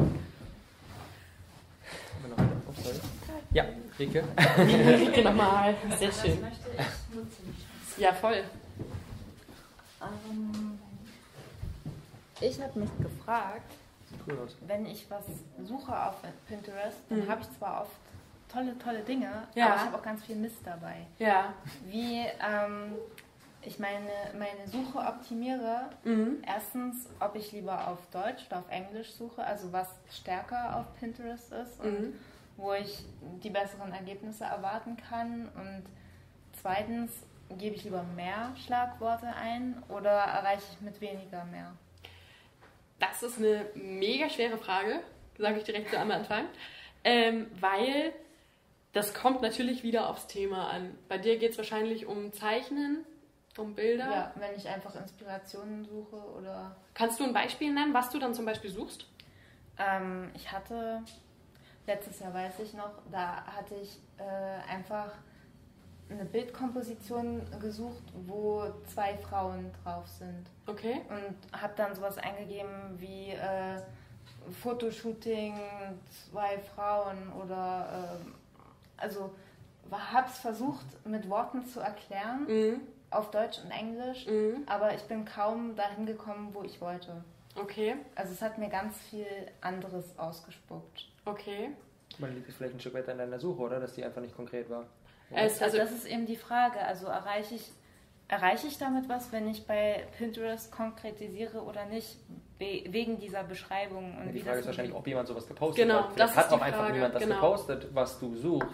Ja, Rike. Rike nochmal. Sehr schön. Das möchte ich nutzen. Ja, voll. Ich habe mich gefragt, wenn ich was suche auf Pinterest, dann habe ich zwar oft tolle Dinge, aber ich habe auch ganz viel Mist dabei. Ja. Wie ich meine Suche optimiere. Erstens, ob ich lieber auf Deutsch oder auf Englisch suche, also was stärker auf Pinterest ist und wo ich die besseren Ergebnisse erwarten kann. Und zweitens, gebe ich lieber mehr Schlagworte ein oder erreiche ich mit weniger mehr? Das ist eine mega schwere Frage, sage ich direkt so am Anfang, weil das kommt natürlich wieder aufs Thema an. Bei dir geht es wahrscheinlich um Zeichnen, um Bilder. Ja, wenn ich einfach Inspirationen suche oder... Kannst du ein Beispiel nennen, was du dann zum Beispiel suchst? Ich hatte, letztes Jahr weiß ich noch, da hatte ich einfach eine Bildkomposition gesucht, wo 2 Frauen drauf sind. Okay. Und habe dann sowas eingegeben wie Fotoshooting, 2 Frauen oder... Also habe es versucht mit Worten zu erklären, auf Deutsch und Englisch, aber ich bin kaum dahin gekommen, wo ich wollte. Okay. Also es hat mir ganz viel anderes ausgespuckt. Okay. Man liegt es vielleicht ein Stück weiter in deiner Suche, oder? Dass die einfach nicht konkret war. Also das ist eben die Frage. Also erreiche ich damit was, wenn ich bei Pinterest konkretisiere oder nicht, wegen dieser Beschreibung? Und die Frage ist wahrscheinlich, ob jemand sowas gepostet hat. Vielleicht hat auch einfach niemand das gepostet, was du suchst.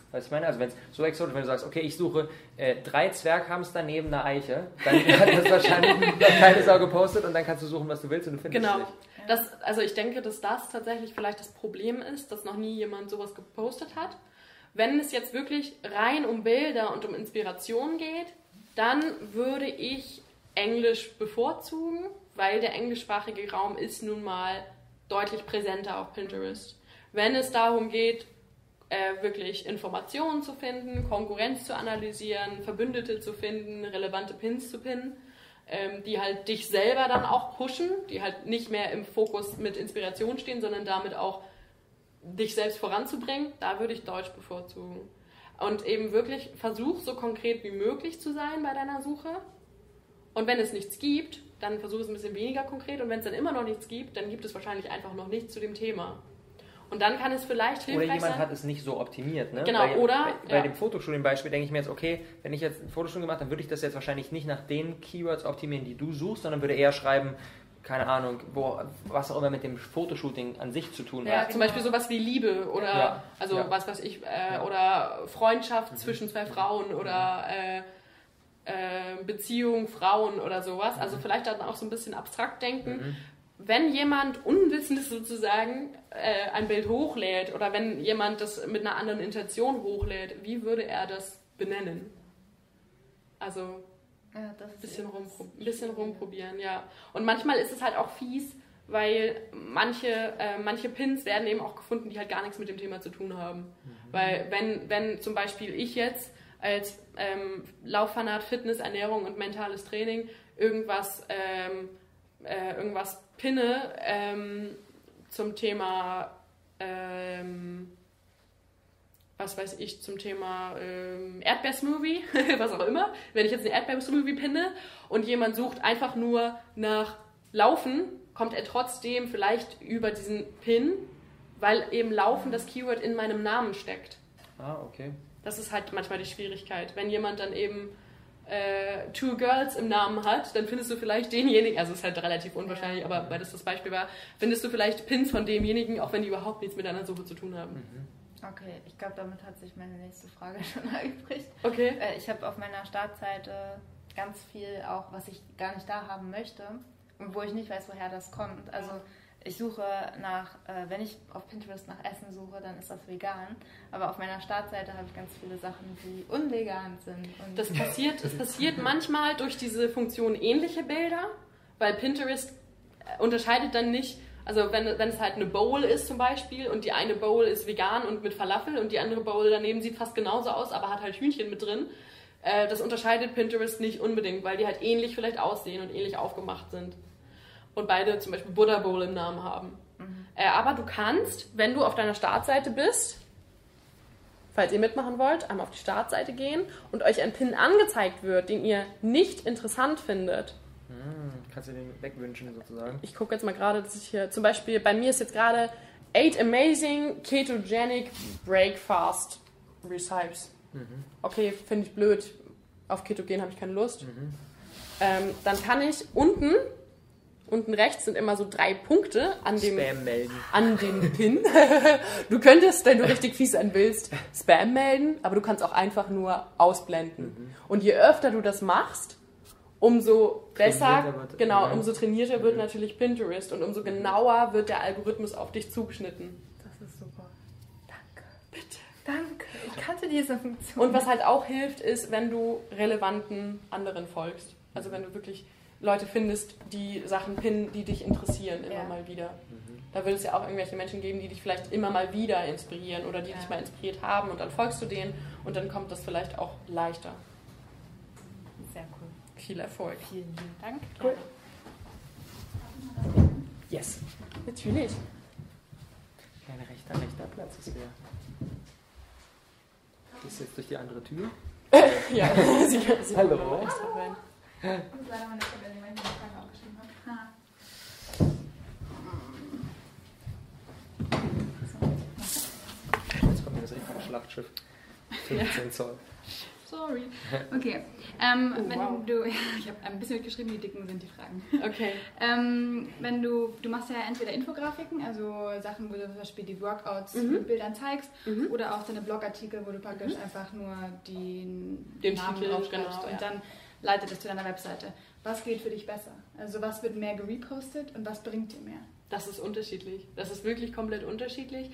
Weißt du, ich meine, also wenn es so exotisch, wenn du sagst, okay, ich suche 3 Zwerghamster neben einer Eiche, dann hat das wahrscheinlich noch keine Sau gepostet und dann kannst du suchen, was du willst und du findest es nicht. Also ich denke, dass das tatsächlich vielleicht das Problem ist, dass noch nie jemand sowas gepostet hat. Wenn es jetzt wirklich rein um Bilder und um Inspiration geht, dann würde ich Englisch bevorzugen, weil der englischsprachige Raum ist nun mal deutlich präsenter auf Pinterest. Wenn es darum geht, wirklich Informationen zu finden, Konkurrenz zu analysieren, Verbündete zu finden, relevante Pins zu pinnen, die halt dich selber dann auch pushen, die halt nicht mehr im Fokus mit Inspiration stehen, sondern damit auch dich selbst voranzubringen, da würde ich Deutsch bevorzugen. Und eben wirklich versuch so konkret wie möglich zu sein bei deiner Suche. Und wenn es nichts gibt, dann versuch es ein bisschen weniger konkret. Und wenn es dann immer noch nichts gibt, dann gibt es wahrscheinlich einfach noch nichts zu dem Thema. Und dann kann es vielleicht hilfreich sein. Oder jemand hat es nicht so optimiert, ne? Genau, bei dem Fotostudienbeispiel denke ich mir jetzt, okay, wenn ich jetzt ein Fotostudium gemacht habe, dann würde ich das jetzt wahrscheinlich nicht nach den Keywords optimieren, die du suchst, sondern würde eher schreiben, keine Ahnung, was auch immer mit dem Fotoshooting an sich zu tun hat. Ja, zum Beispiel sowas wie Liebe oder was weiß ich, oder Freundschaft zwischen 2 Frauen oder Beziehung, Frauen oder sowas. Also vielleicht dann auch so ein bisschen abstrakt denken. Wenn jemand Unwissendes sozusagen ein Bild hochlädt oder wenn jemand das mit einer anderen Intention hochlädt, wie würde er das benennen? Also ein bisschen rumprobieren, ja. Und manchmal ist es halt auch fies, weil manche Pins werden eben auch gefunden, die halt gar nichts mit dem Thema zu tun haben. Weil wenn zum Beispiel ich jetzt als Lauffanat, Fitness, Ernährung und mentales Training irgendwas pinne zum Thema was weiß ich, zum Thema Erdbeersmoothie, was auch immer. Wenn ich jetzt eine Erdbeersmoothie pinne und jemand sucht einfach nur nach Laufen, kommt er trotzdem vielleicht über diesen Pin, weil eben Laufen das Keyword in meinem Namen steckt. Ah, okay. Das ist halt manchmal die Schwierigkeit. Wenn jemand dann eben 2 Girls im Namen hat, dann findest du vielleicht denjenigen, also es ist halt relativ unwahrscheinlich, aber weil das Beispiel war, findest du vielleicht Pins von demjenigen, auch wenn die überhaupt nichts mit einer Suche zu tun haben. Okay, ich glaube, damit hat sich meine nächste Frage schon erübrigt. Okay. Ich habe auf meiner Startseite ganz viel auch, was ich gar nicht da haben möchte und wo ich nicht weiß, woher das kommt. Also ich suche wenn ich auf Pinterest nach Essen suche, dann ist das vegan. Aber auf meiner Startseite habe ich ganz viele Sachen, die unvegan sind. Und das passiert manchmal durch diese Funktion ähnliche Bilder, weil Pinterest unterscheidet dann nicht, also wenn es halt eine Bowl ist zum Beispiel und die eine Bowl ist vegan und mit Falafel und die andere Bowl daneben sieht fast genauso aus, aber hat halt Hühnchen mit drin, das unterscheidet Pinterest nicht unbedingt, weil die halt ähnlich vielleicht aussehen und ähnlich aufgemacht sind. Und beide zum Beispiel Buddha Bowl im Namen haben. Aber du kannst, wenn du auf deiner Startseite bist, falls ihr mitmachen wollt, einmal auf die Startseite gehen und euch ein Pin angezeigt wird, den ihr nicht interessant findet. Kannst du den wegwünschen sozusagen? Ich gucke jetzt mal gerade, dass ich hier, zum Beispiel, bei mir ist jetzt gerade 8 Amazing Ketogenic Breakfast Recipes. Okay, finde ich blöd. Auf Ketogen habe ich keine Lust. Dann kann ich unten rechts sind immer so 3 Punkte an dem Pin. Du könntest, wenn du richtig fies sein willst, Spam melden, aber du kannst auch einfach nur ausblenden. Und je öfter du das machst, umso besser, umso trainierter wird natürlich Pinterest und umso genauer wird der Algorithmus auf dich zugeschnitten. Das ist super. Danke. Bitte. Danke. Ich kannte diese Funktion. Und was halt auch hilft, ist, wenn du relevanten anderen folgst. Also wenn du wirklich Leute findest, die Sachen pinnen, die dich interessieren, immer mal wieder. Da wird es ja auch irgendwelche Menschen geben, die dich vielleicht immer mal wieder inspirieren oder die dich mal inspiriert haben und dann folgst du denen und dann kommt das vielleicht auch leichter. Sehr cool. Viel Erfolg. Vielen lieben Dank. Cool. Yes. Natürlich. Kleiner rechter Platz ist leer. Gehst du jetzt durch die andere Tür? Ja, sie Hallo. extra rein. Das ist leider meine Tabelle, weil ich die Frage aufgeschrieben habe. Jetzt kommt mir das richtige Schlachtschiff. 15 Zoll. So. sorry. Okay. Wenn du, ich habe ein bisschen mitgeschrieben, wie dicken sind die Fragen. Okay. Wenn du machst ja entweder Infografiken, also Sachen, wo du zum Beispiel die Workouts mit Bildern zeigst, oder auch deine Blogartikel, wo du praktisch einfach nur den Namen Titel, draufschreibst genau, und dann leitet es zu deiner Webseite. Was geht für dich besser? Also was wird mehr gerepostet und was bringt dir mehr? Das ist unterschiedlich. Das ist wirklich komplett unterschiedlich.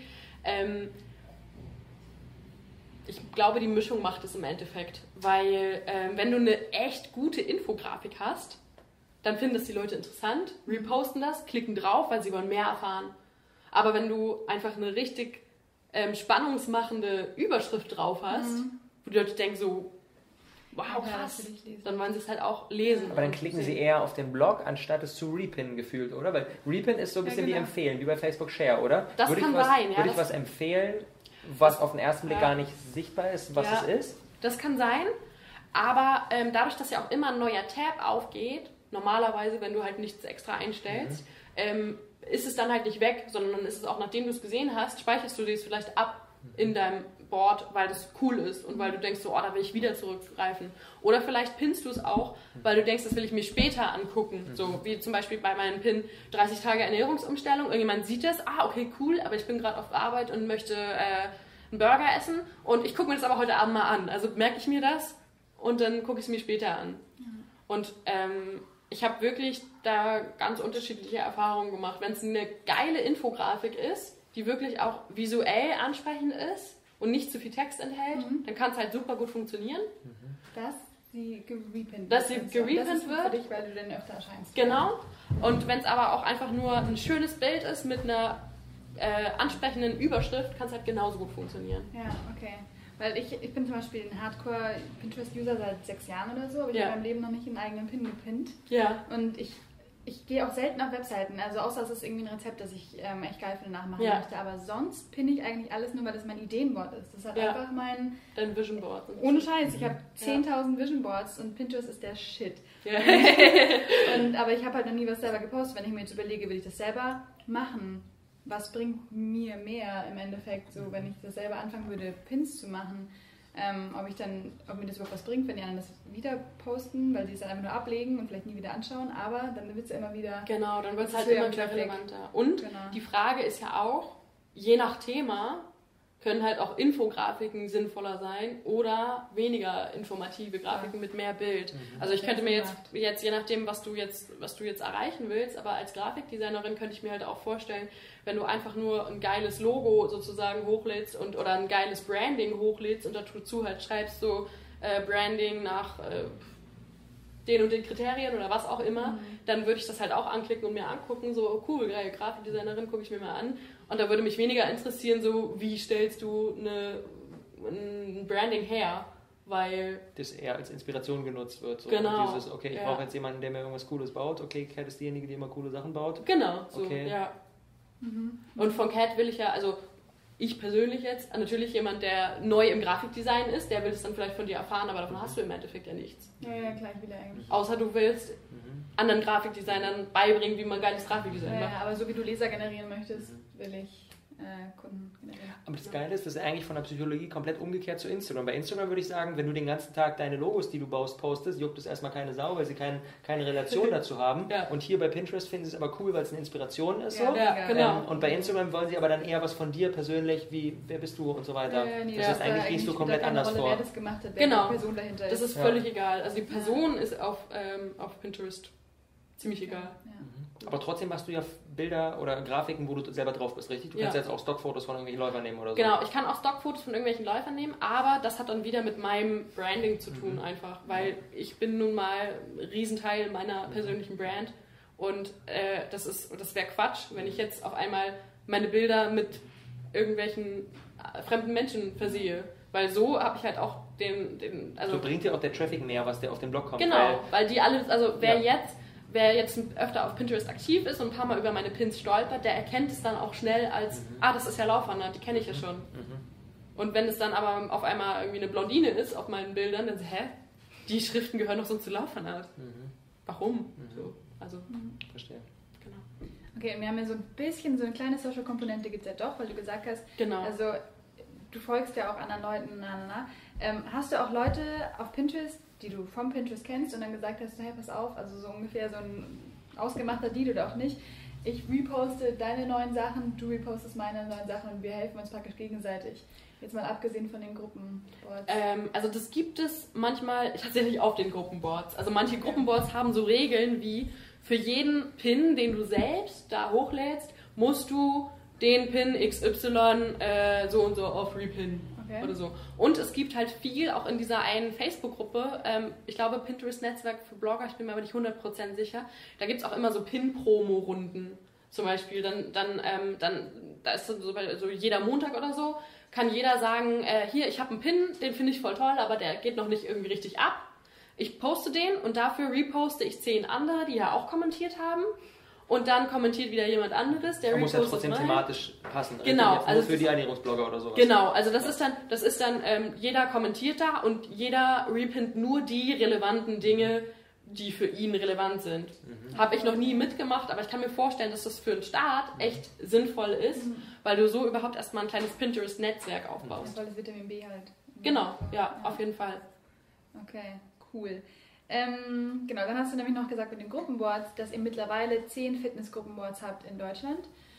Ich glaube, die Mischung macht es im Endeffekt. Weil wenn du eine echt gute Infografik hast, dann finden das die Leute interessant, reposten das, klicken drauf, weil sie wollen mehr erfahren. Aber wenn du einfach eine richtig spannungsmachende Überschrift drauf hast, wo die Leute denken so, wow, krass, dann wollen sie es halt auch lesen. Aber dann klicken sie eher auf den Blog, anstatt es zu repinnen gefühlt, oder? Weil Repin ist so ein bisschen wie empfehlen, wie bei Facebook Share, oder? Das kann sein, ja. Würde ich was empfehlen, was auf den ersten Blick gar nicht sichtbar ist, was es ist? Das kann sein, aber dadurch, dass ja auch immer ein neuer Tab aufgeht, normalerweise, wenn du halt nichts extra einstellst, ist es dann halt nicht weg, sondern dann ist es auch, nachdem du es gesehen hast, speicherst du es vielleicht ab in deinem Board, weil das cool ist und weil du denkst, so, oh, da will ich wieder zurückgreifen. Oder vielleicht pinnst du es auch, weil du denkst, das will ich mir später angucken. So wie zum Beispiel bei meinem Pin 30 Tage Ernährungsumstellung. Irgendjemand sieht das, okay, cool, aber ich bin gerade auf Arbeit und möchte einen Burger essen und ich gucke mir das aber heute Abend mal an. Also merke ich mir das und dann gucke ich es mir später an. Und ich habe wirklich da ganz unterschiedliche Erfahrungen gemacht. Wenn es eine geile Infografik ist, die wirklich auch visuell ansprechend ist und nicht zu viel Text enthält, dann kann es halt super gut funktionieren. Dass sie gerepinnt wird. Das ist für dich, weil du dann öfter erscheinst. Genau. Und wenn es aber auch einfach nur ein schönes Bild ist mit einer ansprechenden Überschrift, kann es halt genauso gut funktionieren. Ja, okay. Weil ich bin zum Beispiel ein Hardcore-Pinterest-User seit 6 Jahren oder so, aber ich habe in meinem Leben noch nicht einen eigenen Pin gepinnt. Ja. Und ich gehe auch selten auf Webseiten, also außer es ist irgendwie ein Rezept, das ich echt geil finde, nachmachen möchte. Aber sonst pinne ich eigentlich alles nur, weil das mein Ideenboard ist. Das ist halt einfach dein Vision Board. Ohne Scheiß, ich habe 10.000 Vision Boards und Pinterest ist der Shit. Ja. Aber ich habe halt noch nie was selber gepostet. Wenn ich mir jetzt überlege, will ich das selber machen? Was bringt mir mehr im Endeffekt, so wenn ich das selber anfangen würde, Pins zu machen? Ob mir das überhaupt was bringt, wenn die anderen das wieder posten, weil sie es dann einfach nur ablegen und vielleicht nie wieder anschauen, aber dann wird es ja immer wieder... Genau, dann wird es halt immer wieder relevanter. Und die Frage ist ja auch, je nach Thema können halt auch Infografiken sinnvoller sein oder weniger informative Grafiken mit mehr Bild. Also ich könnte mir jetzt, je nachdem, was du jetzt erreichen willst, aber als Grafikdesignerin könnte ich mir halt auch vorstellen, wenn du einfach nur ein geiles Logo sozusagen hochlädst oder ein geiles Branding hochlädst und dazu halt schreibst so Branding nach den und den Kriterien oder was auch immer, dann würde ich das halt auch anklicken und mir angucken, so cool, geile Grafikdesignerin, gucke ich mir mal an. Und da würde mich weniger interessieren, so wie stellst du ein Branding her, weil... Das eher als Inspiration genutzt wird. So. Genau. Und dieses, okay, ich brauche jetzt jemanden, der mir irgendwas Cooles baut. Okay, Cat ist diejenige, die immer coole Sachen baut. Genau, so, ja. Und von Cat will ich ja, also ich persönlich jetzt, natürlich jemand, der neu im Grafikdesign ist, der will es dann vielleicht von dir erfahren, aber davon hast du im Endeffekt ja nichts. Ja, gleich wieder eigentlich. Außer du willst anderen Grafikdesignern beibringen, wie man geiles Grafikdesign macht. Ja, aber so wie du Leser generieren möchtest, will ich Kunden generieren. Aber das Geile ist, das ist eigentlich von der Psychologie komplett umgekehrt zu Instagram. Bei Instagram würde ich sagen, wenn du den ganzen Tag deine Logos, die du baust, postest, juckt es erstmal keine Sau, weil sie keine Relation dazu haben. Und hier bei Pinterest finden sie es aber cool, weil es eine Inspiration ist. So. Ja, genau. Und bei Instagram wollen sie aber dann eher was von dir persönlich, wie wer bist du und so weiter. Das heißt, eigentlich gehst du komplett anders vor. Wer das gemacht hat, wer die Person dahinter ist. Das ist völlig egal. Also die Person ist auf Pinterest ziemlich egal. Aber trotzdem machst du ja Bilder oder Grafiken, wo du selber drauf bist, richtig? Du kannst jetzt auch Stockfotos von irgendwelchen Läufern nehmen oder so. Genau, ich kann auch Stockfotos von irgendwelchen Läufern nehmen, aber das hat dann wieder mit meinem Branding zu tun einfach, weil ich bin nun mal ein Riesenteil meiner persönlichen Brand und das wäre Quatsch, wenn ich jetzt auf einmal meine Bilder mit irgendwelchen fremden Menschen versehe, weil so habe ich halt auch so bringt dir auch der Traffic mehr, was der auf den Blog kommt. Genau, weil die alle, also wer jetzt öfter auf Pinterest aktiv ist und ein paar Mal über meine Pins stolpert, der erkennt es dann auch schnell als, das ist ja Laufwander, die kenne ich ja schon. Und wenn es dann aber auf einmal irgendwie eine Blondine ist auf meinen Bildern, dann so, die Schriften gehören doch sonst zu Laufwander. Warum? So, also, verstehe. Genau. Okay, und wir haben ja so ein bisschen, so eine kleine Social-Komponente gibt es ja doch, weil du gesagt hast, also du folgst ja auch anderen Leuten, Hast du auch Leute auf Pinterest, die du vom Pinterest kennst und dann gesagt hast, hey, pass auf, also so ungefähr so ein ausgemachter Deal oder auch nicht, ich reposte deine neuen Sachen, du repostest meine neuen Sachen und wir helfen uns praktisch gegenseitig. Jetzt mal abgesehen von den Gruppenboards. Also das gibt es manchmal tatsächlich auf den Gruppenboards. Also manche Gruppenboards haben so Regeln wie, für jeden Pin, den du selbst da hochlädst, musst du den Pin XY so und so auf Repin oder so. Und es gibt halt viel, auch in dieser einen Facebook-Gruppe, ich glaube Pinterest-Netzwerk für Blogger, ich bin mir aber nicht 100% sicher, da gibt es auch immer so Pin-Promo-Runden zum Beispiel. Da ist so jeder Montag oder so, kann jeder sagen, hier, ich habe einen Pin, den finde ich voll toll, aber der geht noch nicht irgendwie richtig ab. Ich poste den und dafür reposte ich 10 andere, die ja auch kommentiert haben. Und dann kommentiert wieder jemand anderes, der muss ja trotzdem thematisch passen. Genau. Also nur für die Ernährungsblogger oder sowas. Genau, also das ist dann jeder kommentiert da und jeder repinnt nur die relevanten Dinge, die für ihn relevant sind. Habe ich noch nie mitgemacht, aber ich kann mir vorstellen, dass das für einen Start echt sinnvoll ist, weil du so überhaupt erstmal ein kleines Pinterest-Netzwerk aufbaust. Weil das Vitamin B halt. Genau, ja, auf jeden Fall. Okay, cool. Genau, dann hast du nämlich noch gesagt mit den Gruppenboards, dass ihr mittlerweile 10 Fitnessgruppenboards habt in Deutschland.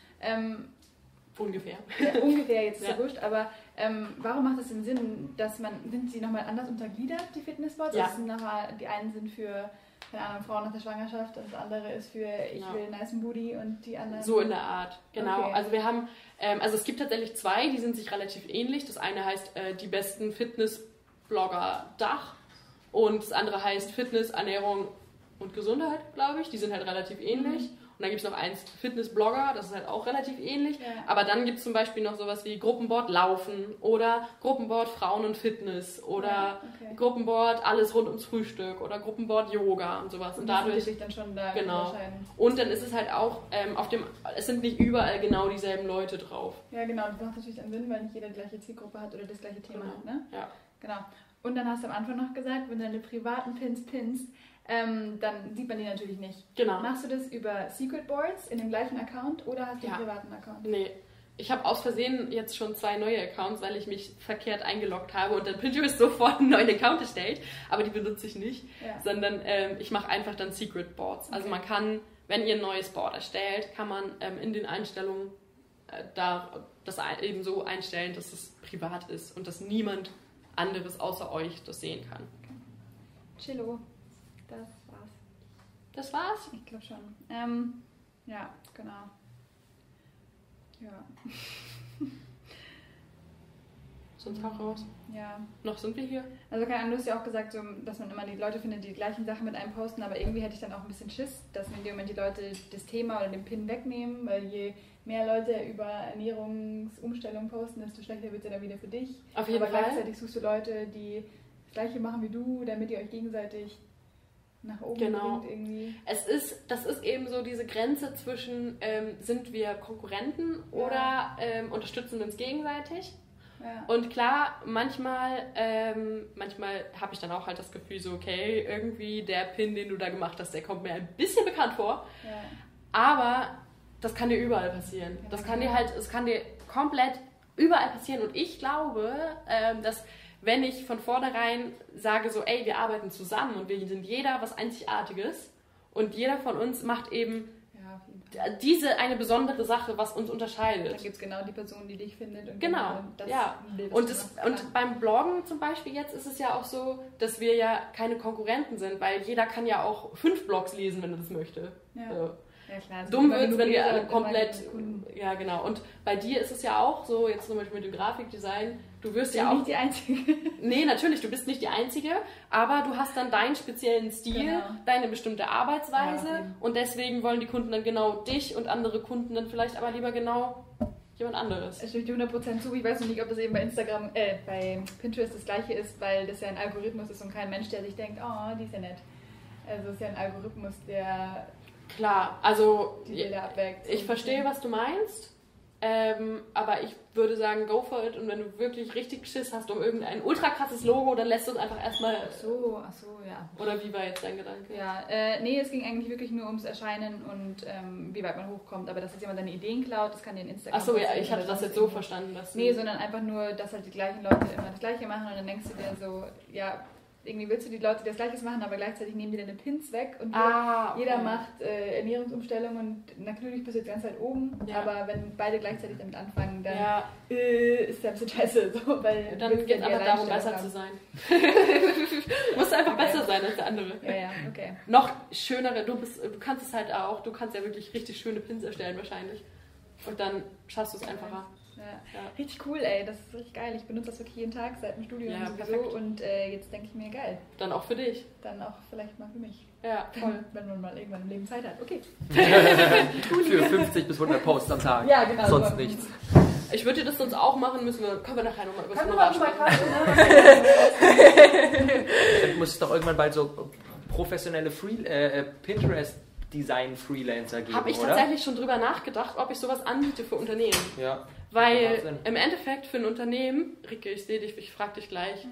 Ungefähr. Ja, ungefähr, jetzt ist ja wurscht, aber warum macht es den Sinn, sind sie nochmal anders untergliedert, die Fitnessboards? Ja. Also die einen sind für, keine Ahnung, Frauen nach der Schwangerschaft, das andere ist für ich will einen nice Booty und die anderen... So in der Art, genau. Okay. Also wir haben, also es gibt tatsächlich 2, die sind sich relativ ähnlich. Das eine heißt die besten Fitnessblogger Dach und das andere heißt Fitness, Ernährung und Gesundheit, glaube ich. Die sind halt relativ ähnlich. Und dann gibt es noch eins Fitnessblogger, das ist halt auch relativ ähnlich. Ja. Aber dann gibt es zum Beispiel noch sowas wie Gruppenboard Laufen oder Gruppenboard Frauen und Fitness oder Gruppenboard Alles rund ums Frühstück oder Gruppenboard Yoga und sowas. Und dadurch sich dann schon da genau. Und dann ist es halt auch es sind nicht überall genau dieselben Leute drauf. Ja, genau. Das macht natürlich dann Sinn, weil nicht jeder die gleiche Zielgruppe hat oder das gleiche Thema hat, ne? Ja. Genau. Und dann hast du am Anfang noch gesagt, wenn du deine privaten Pins pinst, dann sieht man die natürlich nicht. Genau. Machst du das über Secret Boards in dem gleichen Account oder hast du einen privaten Account? Nee. Ich habe aus Versehen jetzt schon 2 neue Accounts, weil ich mich verkehrt eingeloggt habe und dann Pinterest sofort einen neuen Account erstellt, aber die benutze ich nicht, sondern ich mache einfach dann Secret Boards. Also man kann, wenn ihr ein neues Board erstellt, kann man in den Einstellungen das eben so einstellen, dass es privat ist und dass niemand anderes außer euch das sehen kann. Okay. Chillo. Das war's. Das war's? Ich glaube schon. Ja, genau. Ja. Sonst auch raus. Ja. Noch sind wir hier. Also keine Ahnung, du hast ja auch gesagt, so, dass man immer die Leute findet, die die gleichen Sachen mit einem posten, aber irgendwie hätte ich dann auch ein bisschen Schiss, dass in dem Moment die Leute das Thema oder den Pin wegnehmen, weil je mehr Leute über Ernährungsumstellung posten, desto schlechter wird es ja dann wieder für dich. Auf jeden Fall. Aber gleichzeitig suchst du Leute, die das Gleiche machen wie du, damit ihr euch gegenseitig nach oben bringt irgendwie. Das ist eben so diese Grenze zwischen, sind wir Konkurrenten oder unterstützen wir uns gegenseitig? Ja. Und klar, manchmal habe ich dann auch halt das Gefühl so, okay, irgendwie der Pin, den du da gemacht hast, der kommt mir ein bisschen bekannt vor. Ja. Aber das kann dir überall passieren. Ja, das kann dir komplett überall passieren. Und ich glaube, dass wenn ich von vornherein sage so, ey, wir arbeiten zusammen und wir sind jeder was Einzigartiges und jeder von uns macht eben diese eine besondere Sache, was uns unterscheidet. Dann gibt es genau die Person, die dich findet. Und genau, das will, und beim Bloggen zum Beispiel jetzt ist es ja auch so, dass wir ja keine Konkurrenten sind, weil jeder kann ja auch 5 Blogs lesen, wenn er das möchte. Ja. So. Ja, klar, also dumm wird es, wenn wir alle komplett... Ja, genau. Und bei dir ist es ja auch so, jetzt zum Beispiel mit dem Grafikdesign, du wirst ja auch... nicht die Einzige. Nee, natürlich, du bist nicht die Einzige, aber du hast dann deinen speziellen Stil, deine bestimmte Arbeitsweise und deswegen wollen die Kunden dann genau dich und andere Kunden dann vielleicht aber lieber genau jemand anderes. Ich stimme dir 100% zu. Ich weiß noch nicht, ob das eben bei bei Pinterest das Gleiche ist, weil das ja ein Algorithmus ist und kein Mensch, der sich denkt, oh, die ist ja nett. Also es ist ja ein Algorithmus, der... Klar, also die Bilder abwägt. Ich verstehe, was du meinst. Aber ich würde sagen, go for it. Und wenn du wirklich richtig Schiss hast um irgendein ultra krasses Logo, dann lässt du es einfach erstmal... Ach so, ja. Oder wie war jetzt dein Gedanke? Ja, nee, es ging eigentlich wirklich nur ums Erscheinen und wie weit man hochkommt. Aber dass jetzt jemand deine Ideen klaut, das kann dir in Instagram... Ach so, ja, ich hatte das jetzt so verstanden, dass... Nee, sondern einfach nur, dass halt die gleichen Leute immer das Gleiche machen und dann denkst du dir so, ja... Irgendwie willst du die Leute, die das Gleiches machen, aber gleichzeitig nehmen die deine Pins weg und jeder macht Ernährungsumstellung und natürlich bist du jetzt die ganze Zeit oben, aber wenn beide gleichzeitig damit anfangen, dann ist das ein bisschen scheiße. So, weil dann geht es einfach darum, besser zu sein. Du musst einfach besser sein als der andere. Ja, okay. Noch schönere, du kannst es halt auch, du kannst ja wirklich richtig schöne Pins erstellen wahrscheinlich. Und dann schaffst du es einfacher. Ja. Richtig cool, ey, das ist richtig geil. Ich benutze das wirklich jeden Tag seit dem Studium sowieso perfekt. Und jetzt denke ich mir, geil. Dann auch für dich. Dann auch vielleicht mal für mich. Ja, voll. Wenn man mal irgendwann im Leben Zeit hat. Okay. Für 50 bis 100 Posts am Tag. Ja, genau. Sonst so. nichts. Ich würde dir das sonst auch machen, können wir nachher nochmal über das Honorar sprechen. Dann muss es doch irgendwann bald so professionelle Pinterest-Design-Freelancer geben, Habe ich oder? tatsächlich schon drüber nachgedacht, ob ich sowas anbiete für Unternehmen. Ja. Weil im Endeffekt für ein Unternehmen, Rike, ich sehe dich, ich frage dich gleich,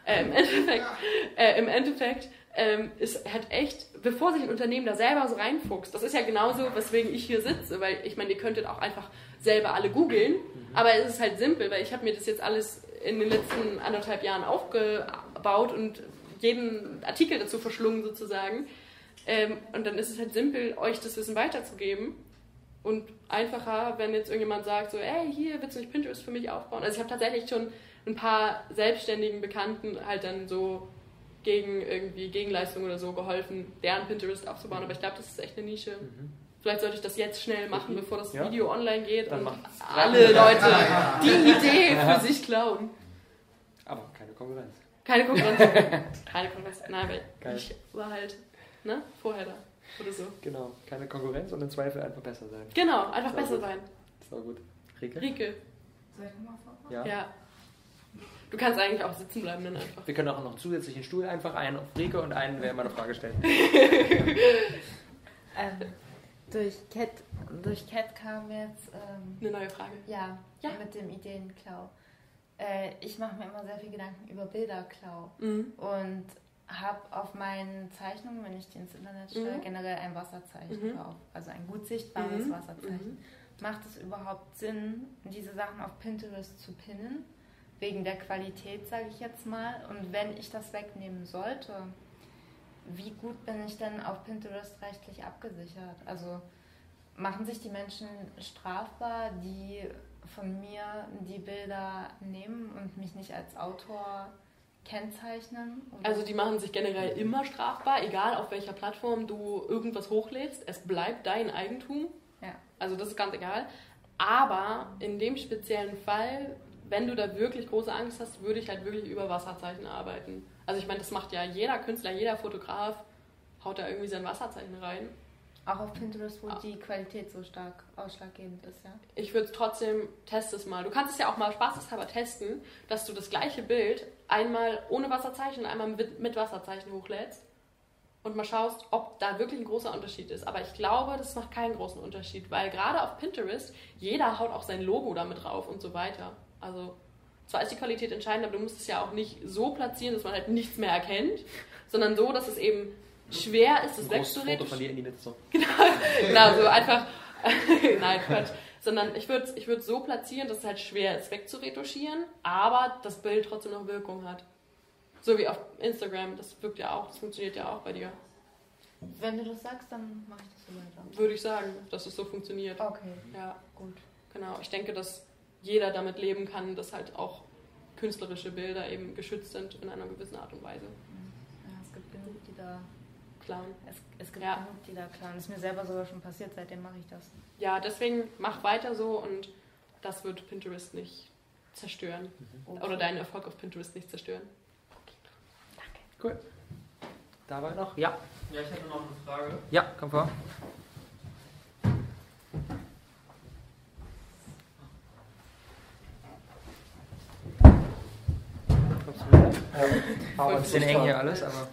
im Endeffekt ist halt echt, bevor sich ein Unternehmen da selber so reinfuchst, das ist ja genauso, weswegen ich hier sitze, weil ich meine, ihr könntet auch einfach selber alle googeln, aber es ist halt simpel, weil ich habe mir das jetzt alles in den letzten 1,5 Jahren aufgebaut und jeden Artikel dazu verschlungen sozusagen. Und dann ist es halt simpel, euch das Wissen weiterzugeben. Und einfacher, wenn jetzt irgendjemand sagt, so, ey, hier, willst du nicht Pinterest für mich aufbauen? Also ich habe tatsächlich schon ein paar selbstständigen Bekannten halt dann so gegen irgendwie Gegenleistung oder so geholfen, deren Pinterest aufzubauen. Aber ich glaube, das ist echt eine Nische. Vielleicht sollte ich das jetzt schnell machen, bevor das Video online geht dann und alle Leute die Idee für sich klauen. Aber keine Konkurrenz. Keine Konkurrenz. Keine Konkurrenz. Nein, weil ich war halt vorher da. Oder so. Genau, keine Konkurrenz und im Zweifel einfach besser sein. Genau, einfach besser sein. Das war gut. Rike? Soll ich nochmal vormachen? Ja. Du kannst eigentlich auch sitzen bleiben dann einfach. Wir können auch noch einen zusätzlichen Stuhl einfach einen auf Rike und einen, wer immer eine Frage stellt. Durch Cat kam jetzt eine neue Frage. Ja, mit dem Ideenklau. Ich mache mir immer sehr viel Gedanken über Bilderklau und habe auf meinen Zeichnungen, wenn ich die ins Internet stelle, generell ein Wasserzeichen drauf. Also ein gut sichtbares Wasserzeichen. Macht es überhaupt Sinn, diese Sachen auf Pinterest zu pinnen? Wegen der Qualität, sage ich jetzt mal. Und wenn ich das wegnehmen sollte, wie gut bin ich denn auf Pinterest rechtlich abgesichert? Also machen sich die Menschen strafbar, die von mir die Bilder nehmen und mich nicht als Autor kennzeichnen? Oder? Also die machen sich generell immer strafbar, egal auf welcher Plattform du irgendwas hochlädst. Es bleibt dein Eigentum. Ja. Also das ist ganz egal. Aber in dem speziellen Fall, wenn du da wirklich große Angst hast, würde ich halt wirklich über Wasserzeichen arbeiten. Also ich meine, das macht ja jeder Künstler, jeder Fotograf, haut da irgendwie sein Wasserzeichen rein. Auch auf Pinterest, wo die Qualität so stark ausschlaggebend ist, ja? Ich würde trotzdem, test es mal. Du kannst es ja auch mal spaßeshalber testen, dass du das gleiche Bild einmal ohne Wasserzeichen, einmal mit Wasserzeichen hochlädst und mal schaust, ob da wirklich ein großer Unterschied ist. Aber ich glaube, das macht keinen großen Unterschied, weil gerade auf Pinterest, jeder haut auch sein Logo damit drauf und so weiter. Also zwar ist die Qualität entscheidend, aber du musst es ja auch nicht so platzieren, dass man halt nichts mehr erkennt, sondern so, dass es eben schwer ist, das wegzuretuschieren. Foto von dir in die Mitte so. Genau, so einfach. Nein, Quatsch. Sondern ich würde so platzieren, dass es halt schwer ist, wegzuretuschieren, aber das Bild trotzdem noch Wirkung hat. So wie auf Instagram, das wirkt ja auch, das funktioniert ja auch bei dir. Wenn du das sagst, dann mache ich das so weiter. Würde ich sagen, dass es so funktioniert. Okay. Ja, gut. Genau. Ich denke, dass jeder damit leben kann, dass halt auch künstlerische Bilder eben geschützt sind in einer gewissen Art und Weise. Ja, es gibt genug, die da klauen. Es gibt genug, die da klauen. Das ist mir selber sogar schon passiert, seitdem mache ich das. Ja, deswegen mach weiter so und das wird Pinterest nicht zerstören. Okay. Oder deinen Erfolg auf Pinterest nicht zerstören. Okay. Danke. Cool. Da war noch? Ja. Ja, ich hätte noch eine Frage. Ja, komm vor. Ein bisschen eng hier alles, aber...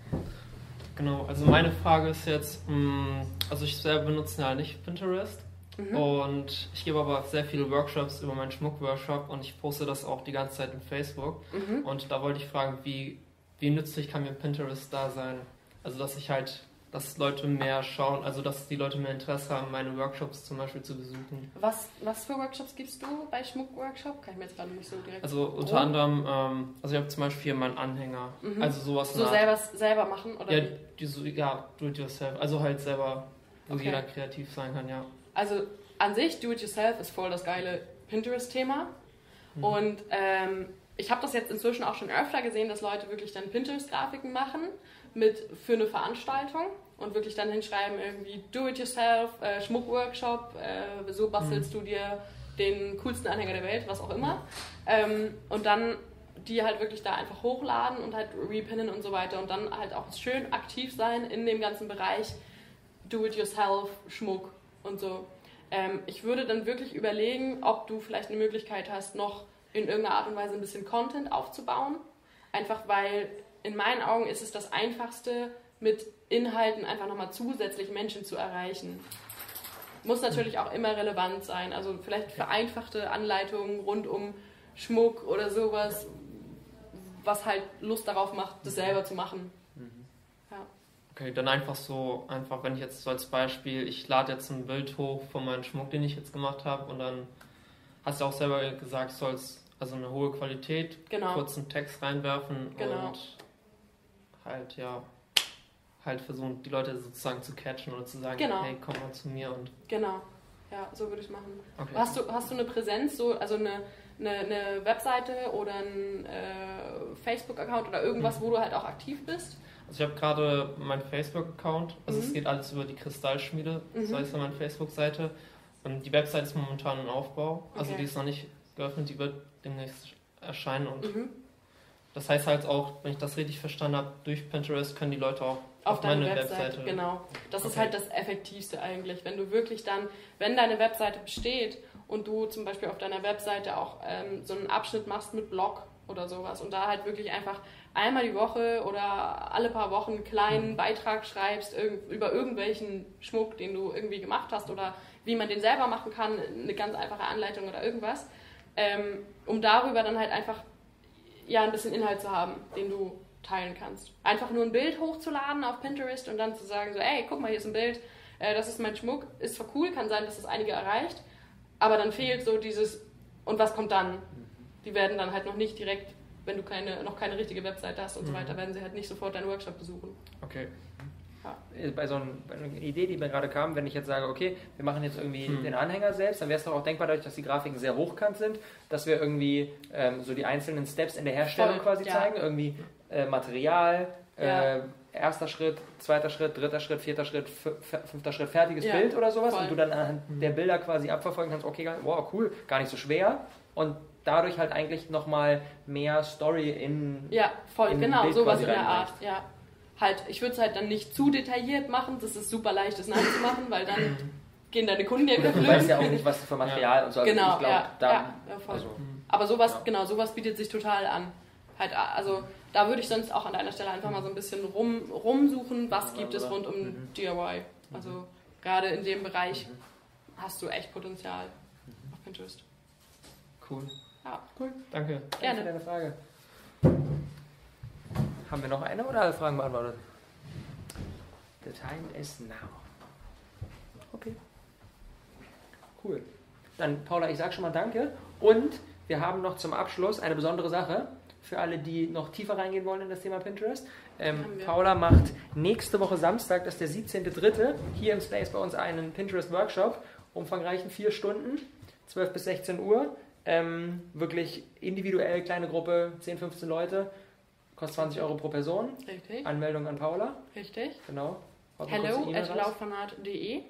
Genau, also meine Frage ist jetzt, also ich selber benutze ja nicht Pinterest Und ich gebe aber sehr viele Workshops über meinen Schmuckworkshop und ich poste das auch die ganze Zeit in Facebook. Und da wollte ich fragen, wie nützlich kann mir Pinterest da sein? Also dass Leute mehr schauen, also dass die Leute mehr Interesse haben, meine Workshops zum Beispiel zu besuchen. Was für Workshops gibst du bei Schmuckworkshop? Kann ich mir jetzt gerade nicht so direkt... Also unter anderem, also ich habe zum Beispiel hier meinen Anhänger, also sowas... So selber machen? Oder ja, do it yourself, also halt selber, wo jeder kreativ sein kann, ja. Also an sich, do it yourself ist voll das geile Pinterest-Thema und ich habe das jetzt inzwischen auch schon öfter gesehen, dass Leute wirklich dann Pinterest-Grafiken machen für eine Veranstaltung und wirklich dann hinschreiben irgendwie Do-it-yourself, Schmuckworkshop, so bastelst du dir den coolsten Anhänger der Welt, was auch immer. Und dann die halt wirklich da einfach hochladen und halt repinnen und so weiter und dann halt auch schön aktiv sein in dem ganzen Bereich Do-it-yourself, Schmuck und so. Ich würde dann wirklich überlegen, ob du vielleicht eine Möglichkeit hast, noch in irgendeiner Art und Weise ein bisschen Content aufzubauen. Einfach weil in meinen Augen ist es das Einfachste, mit Inhalten einfach nochmal zusätzlich Menschen zu erreichen. Muss natürlich auch immer relevant sein. Also vielleicht vereinfachte Anleitungen rund um Schmuck oder sowas, was halt Lust darauf macht, das selber zu machen. Ja. Okay, dann einfach wenn ich jetzt so als Beispiel, ich lade jetzt ein Bild hoch von meinem Schmuck, den ich jetzt gemacht habe und dann hast du auch selber gesagt, sollst also eine hohe Qualität, kurzen Text reinwerfen und halt versuchen, die Leute sozusagen zu catchen oder zu sagen, hey, komm mal zu mir und... Genau, ja, so würde ich es machen. Okay. Hast du eine Präsenz, also eine Webseite oder einen Facebook-Account oder irgendwas, wo du halt auch aktiv bist? Also ich habe gerade meinen Facebook-Account, also es geht alles über die Kristallschmiede, so heißt ja meine Facebook-Seite und die Webseite ist momentan im Aufbau, also die ist noch nicht geöffnet, die wird demnächst erscheinen und das heißt halt auch, wenn ich das richtig verstanden habe, durch Pinterest können die Leute auch auf meine Webseite. Genau, das ist halt das Effektivste eigentlich, wenn du wirklich dann, wenn deine Webseite besteht und du zum Beispiel auf deiner Webseite auch so einen Abschnitt machst mit Blog oder sowas und da halt wirklich einfach einmal die Woche oder alle paar Wochen einen kleinen Beitrag schreibst über irgendwelchen Schmuck, den du irgendwie gemacht hast oder wie man den selber machen kann, eine ganz einfache Anleitung oder irgendwas, um darüber dann halt einfach ein bisschen Inhalt zu haben, den du teilen kannst. Einfach nur ein Bild hochzuladen auf Pinterest und dann zu sagen so, ey, guck mal, hier ist ein Bild, das ist mein Schmuck, ist zwar cool, kann sein, dass das einige erreicht, aber dann fehlt so dieses, und was kommt dann? Die werden dann halt noch nicht direkt, wenn du noch keine richtige Webseite hast und so weiter, werden sie halt nicht sofort deinen Workshop besuchen. Okay. Ja. Bei so einer Idee, die mir gerade kam, wenn ich jetzt sage, okay, wir machen jetzt irgendwie den Anhänger selbst, dann wäre es doch auch denkbar, dadurch, dass die Grafiken sehr hochkant sind, dass wir irgendwie so die einzelnen Steps in der Herstellung quasi zeigen, irgendwie Material, erster Schritt, zweiter Schritt, dritter Schritt, vierter Schritt, fünfter Schritt, fertiges Bild oder sowas und du dann anhand der Bilder quasi abverfolgen kannst, okay, wow, cool, gar nicht so schwer und dadurch halt eigentlich nochmal mehr Story in genau, Bild sowas in der reinbringst. Art, ja. Halt, ich würde es halt dann nicht zu detailliert machen, das ist super leicht, das nachzumachen, weil dann gehen deine Kunden ja wieder Du weißt ja auch nicht, was für Material und so. Also genau, ich glaub, voll. Also, aber sowas bietet sich total an. Halt, also da würde ich sonst auch an deiner Stelle einfach mal so ein bisschen rumsuchen, was gibt es rund um DIY. Also gerade in dem Bereich hast du echt Potenzial auf Pinterest. Cool. Ja, cool. Danke. Gerne. für deine Frage. Haben wir noch eine oder alle Fragen beantwortet? The time is now. Okay. Cool. Dann, Paula, ich sage schon mal danke. Und wir haben noch zum Abschluss eine besondere Sache für alle, die noch tiefer reingehen wollen in das Thema Pinterest. Paula macht nächste Woche Samstag, das ist der 17.3., hier im Space bei uns einen Pinterest-Workshop, umfangreichen 4 Stunden, 12 bis 16 Uhr. Wirklich individuell, kleine Gruppe, 10, 15 Leute. Kostet 20 Euro pro Person. Richtig. Anmeldung an Paula. Richtig. Genau. hello@lauffanat.de.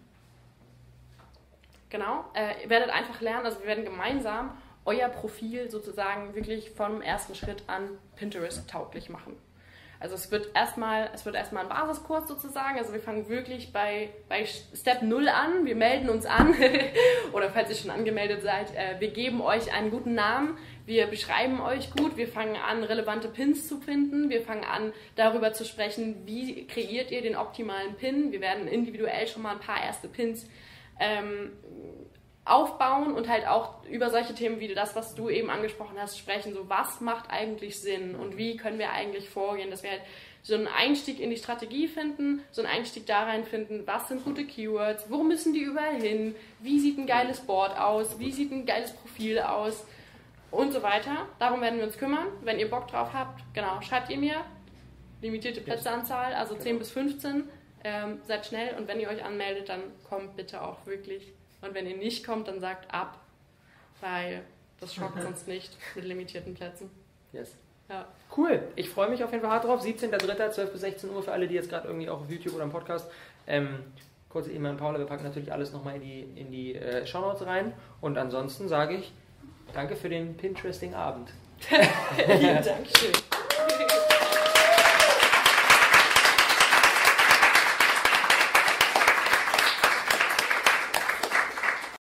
Genau. Ihr werdet einfach lernen, also wir werden gemeinsam euer Profil sozusagen wirklich vom ersten Schritt an Pinterest tauglich machen. Also es wird erstmal ein Basiskurs sozusagen, also wir fangen wirklich bei Step 0 an, wir melden uns an oder falls ihr schon angemeldet seid, wir geben euch einen guten Namen, wir beschreiben euch gut, wir fangen an relevante Pins zu finden, wir fangen an darüber zu sprechen, wie kreiert ihr den optimalen Pin, wir werden individuell schon mal ein paar erste Pins aufbauen und halt auch über solche Themen wie das, was du eben angesprochen hast, sprechen. So, was macht eigentlich Sinn und wie können wir eigentlich vorgehen, dass wir halt so einen Einstieg in die Strategie finden, so einen Einstieg da rein finden, was sind gute Keywords, wo müssen die überall hin, wie sieht ein geiles Board aus, wie sieht ein geiles Profil aus und so weiter. Darum werden wir uns kümmern. Wenn ihr Bock drauf habt, genau, schreibt ihr mir. Limitierte Plätzeanzahl, also 10 bis 15. Seid schnell und wenn ihr euch anmeldet, dann kommt bitte auch wirklich. Und wenn ihr nicht kommt, dann sagt ab, weil das schockt uns nicht mit limitierten Plätzen. Yes. Ja. Cool, ich freue mich auf jeden Fall hart drauf. 17.03. 12 bis 16 Uhr für alle, die jetzt gerade irgendwie auch auf YouTube oder im Podcast. Kurze E-Mail an Paula, wir packen natürlich alles nochmal in die Shownotes rein. Und ansonsten sage ich, danke für den Pinteresting Abend. Dankeschön.